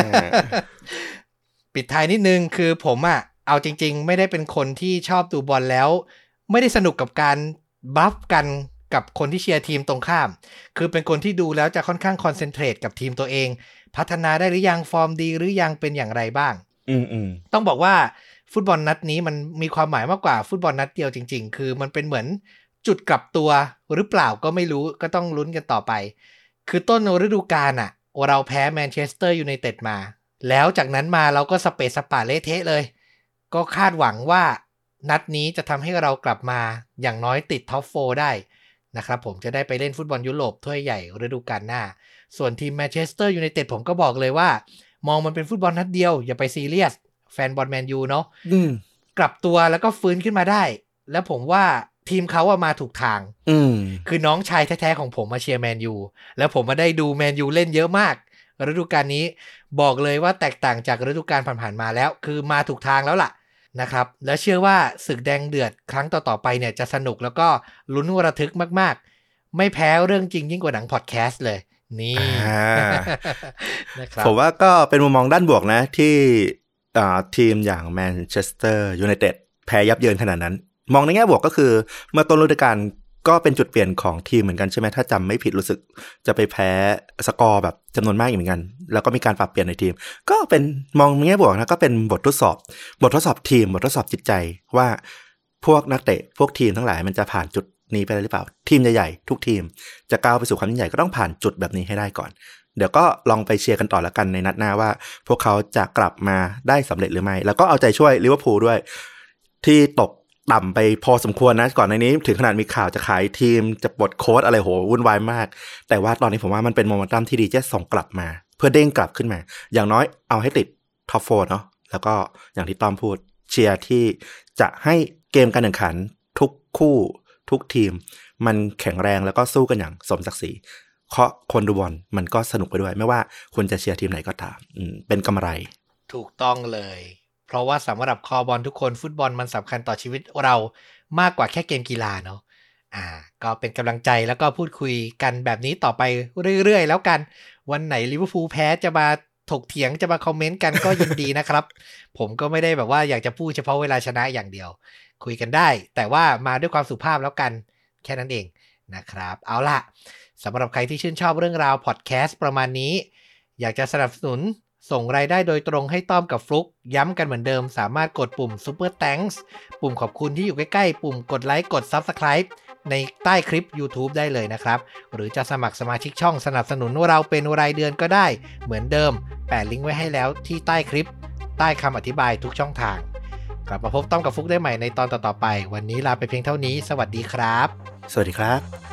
ปิดท้ายนิดนึงคือผมเอาจริงๆไม่ได้เป็นคนที่ชอบดูบอลแล้วไม่ได้สนุกกับการบัฟกันกับคนที่เชียร์ทีมตรงข้ามคือเป็นคนที่ดูแล้วจะค่อนข้างคอนเซนเทรตกับทีมตัวเองพัฒนาได้หรือยังฟอร์มดีหรือยังเป็นอย่างไรบ้างต้องบอกว่าฟุตบอลนัดนี้มันมีความหมายมากกว่าฟุตบอลนัดเดียวจริงๆคือมันเป็นเหมือนจุดกลับตัวหรือเปล่าก็ไม่รู้ก็ต้องลุ้นกันต่อไปคือต้นฤดูกาลอ่ะเราแพ้แมนเชสเตอร์ยูไนเต็ดมาแล้วจากนั้นมาเราก็สเปซสปาเละเทะเลยก็คาดหวังว่านัดนี้จะทำให้เรากลับมาอย่างน้อยติดท็อป4ได้นะครับผมจะได้ไปเล่นฟุตบอลยุโรปถ้วยใหญ่ฤดูกาลหน้าส่วนทีมแมนเชสเตอร์ยูไนเต็ดผมก็บอกเลยว่ามองมันเป็นฟุตบอลนัดเดียวอย่าไปซีเรียสแฟนบอลแมนยูเนาะกลับตัวแล้วก็ฟื้นขึ้นมาได้แล้วผมว่าทีมเขามาถูกทางคือน้องชายแท้ๆของผมมาเชียร์แมนยูแล้วผมมาได้ดูแมนยูเล่นเยอะมากฤดูกาลนี้บอกเลยว่าแตกต่างจากฤดูกาลผ่านๆมาแล้วคือมาถูกทางแล้วล่ะนะครับแล้วเชื่อว่าศึกแดงเดือดครั้งต่อๆไปเนี่ยจะสนุกแล้วก็ลุ้นระทึกมากๆไม่แพ้เรื่องจริงยิ่งกว่าหนังพอดแคสต์เลยนี่นะครับผมว่าก็เป็นมุมมองด้านบวกนะที่ทีมอย่างแมนเชสเตอร์ยูไนเต็ดแพ้ยับเยินขนาดนั้นมองในแง่บวกก็คือเมื่อต้นฤดูกาลก็เป็นจุดเปลี่ยนของทีมเหมือนกันใช่ไหมถ้าจำไม่ผิดรู้สึกจะไปแพ้สกอร์แบบจำนวนมากเหมือนกันแล้วก็มีการปรับเปลี่ยนในทีมก็เป็นมองในแง่บวกนะก็เป็นบททดสอบทีมบททดสอบจิตใจว่าพวกนักเตะพวกทีมทั้งหลายมันจะผ่านจุดนี้ไปได้หรือเปล่าทีมใหญ่ๆทุกทีมจะก้าวไปสู่ความยิ่งใหญ่ก็ต้องผ่านจุดแบบนี้ให้ได้ก่อนเดี๋ยวก็ลองไปเชียร์กันต่อแล้วกันในนัดหน้าว่าพวกเขาจะกลับมาได้สำเร็จหรือไม่แล้วก็เอาใจช่วยลิเวอร์พูลด้วยที่ตกต่ำไปพอสมควรนะก่อนในนี้ถึงขนาดมีข่าวจะขายทีมจะปลดโค้ชอะไรโหวุ่นวายมากแต่ว่าตอนนี้ผมว่ามันเป็นโมเมนตัมที่ดีจะส่งกลับมาเพื่อเด้งกลับขึ้นมาอย่างน้อยเอาให้ติดท็อป4เนาะแล้วก็อย่างที่ต้อมพูดเชียร์ที่จะให้เกมการแข่งขันทุกคู่ทุกทีมมันแข็งแรงแล้วก็สู้กันอย่างสมศักดิ์ศรีเพราะคนดูบอลมันก็สนุกไปด้วยไม่ว่าคุณจะเชียร์ทีมไหนก็ตามเป็นกำไรถูกต้องเลยเพราะว่าสำหรับคอบอลทุกคนฟุตบอลมันสำคัญต่อชีวิตเรามากกว่าแค่เกมกีฬาเนาะก็เป็นกำลังใจแล้วก็พูดคุยกันแบบนี้ต่อไปเรื่อยๆแล้วกันวันไหนลิเวอร์พูลแพ้จะมาถกเถียงจะมาคอมเมนต์กันก็ยินดีนะครับ ผมก็ไม่ได้แบบว่าอยากจะพูดเฉพาะเวลาชนะอย่างเดียวคุยกันได้แต่ว่ามาด้วยความสุภาพแล้วกันแค่นั้นเองนะครับเอาล่ะสำหรับใครที่ชื่นชอบเรื่องราวพอดแคสต์ประมาณนี้อยากจะสนับสนุนส่งรายได้โดยตรงให้ต้อมกับฟลุกย้ำกันเหมือนเดิมสามารถกดปุ่ม Super Thanks ปุ่มขอบคุณที่อยู่ใกล้ๆปุ่มกดไลค์กด Subscribe ในใต้คลิป YouTube ได้เลยนะครับหรือจะสมัครสมาชิกช่องสนับสนุนเราเป็นรายเดือนก็ได้เหมือนเดิมแปะลิงก์ไว้ให้แล้วที่ใต้คลิปใต้คำอธิบายทุกช่องทางกลับมาพบต้อมกับฟลุกได้ใหม่ในตอนต่อๆไปวันนี้ลาไปเพียงเท่านี้สวัสดีครับสวัสดีครับ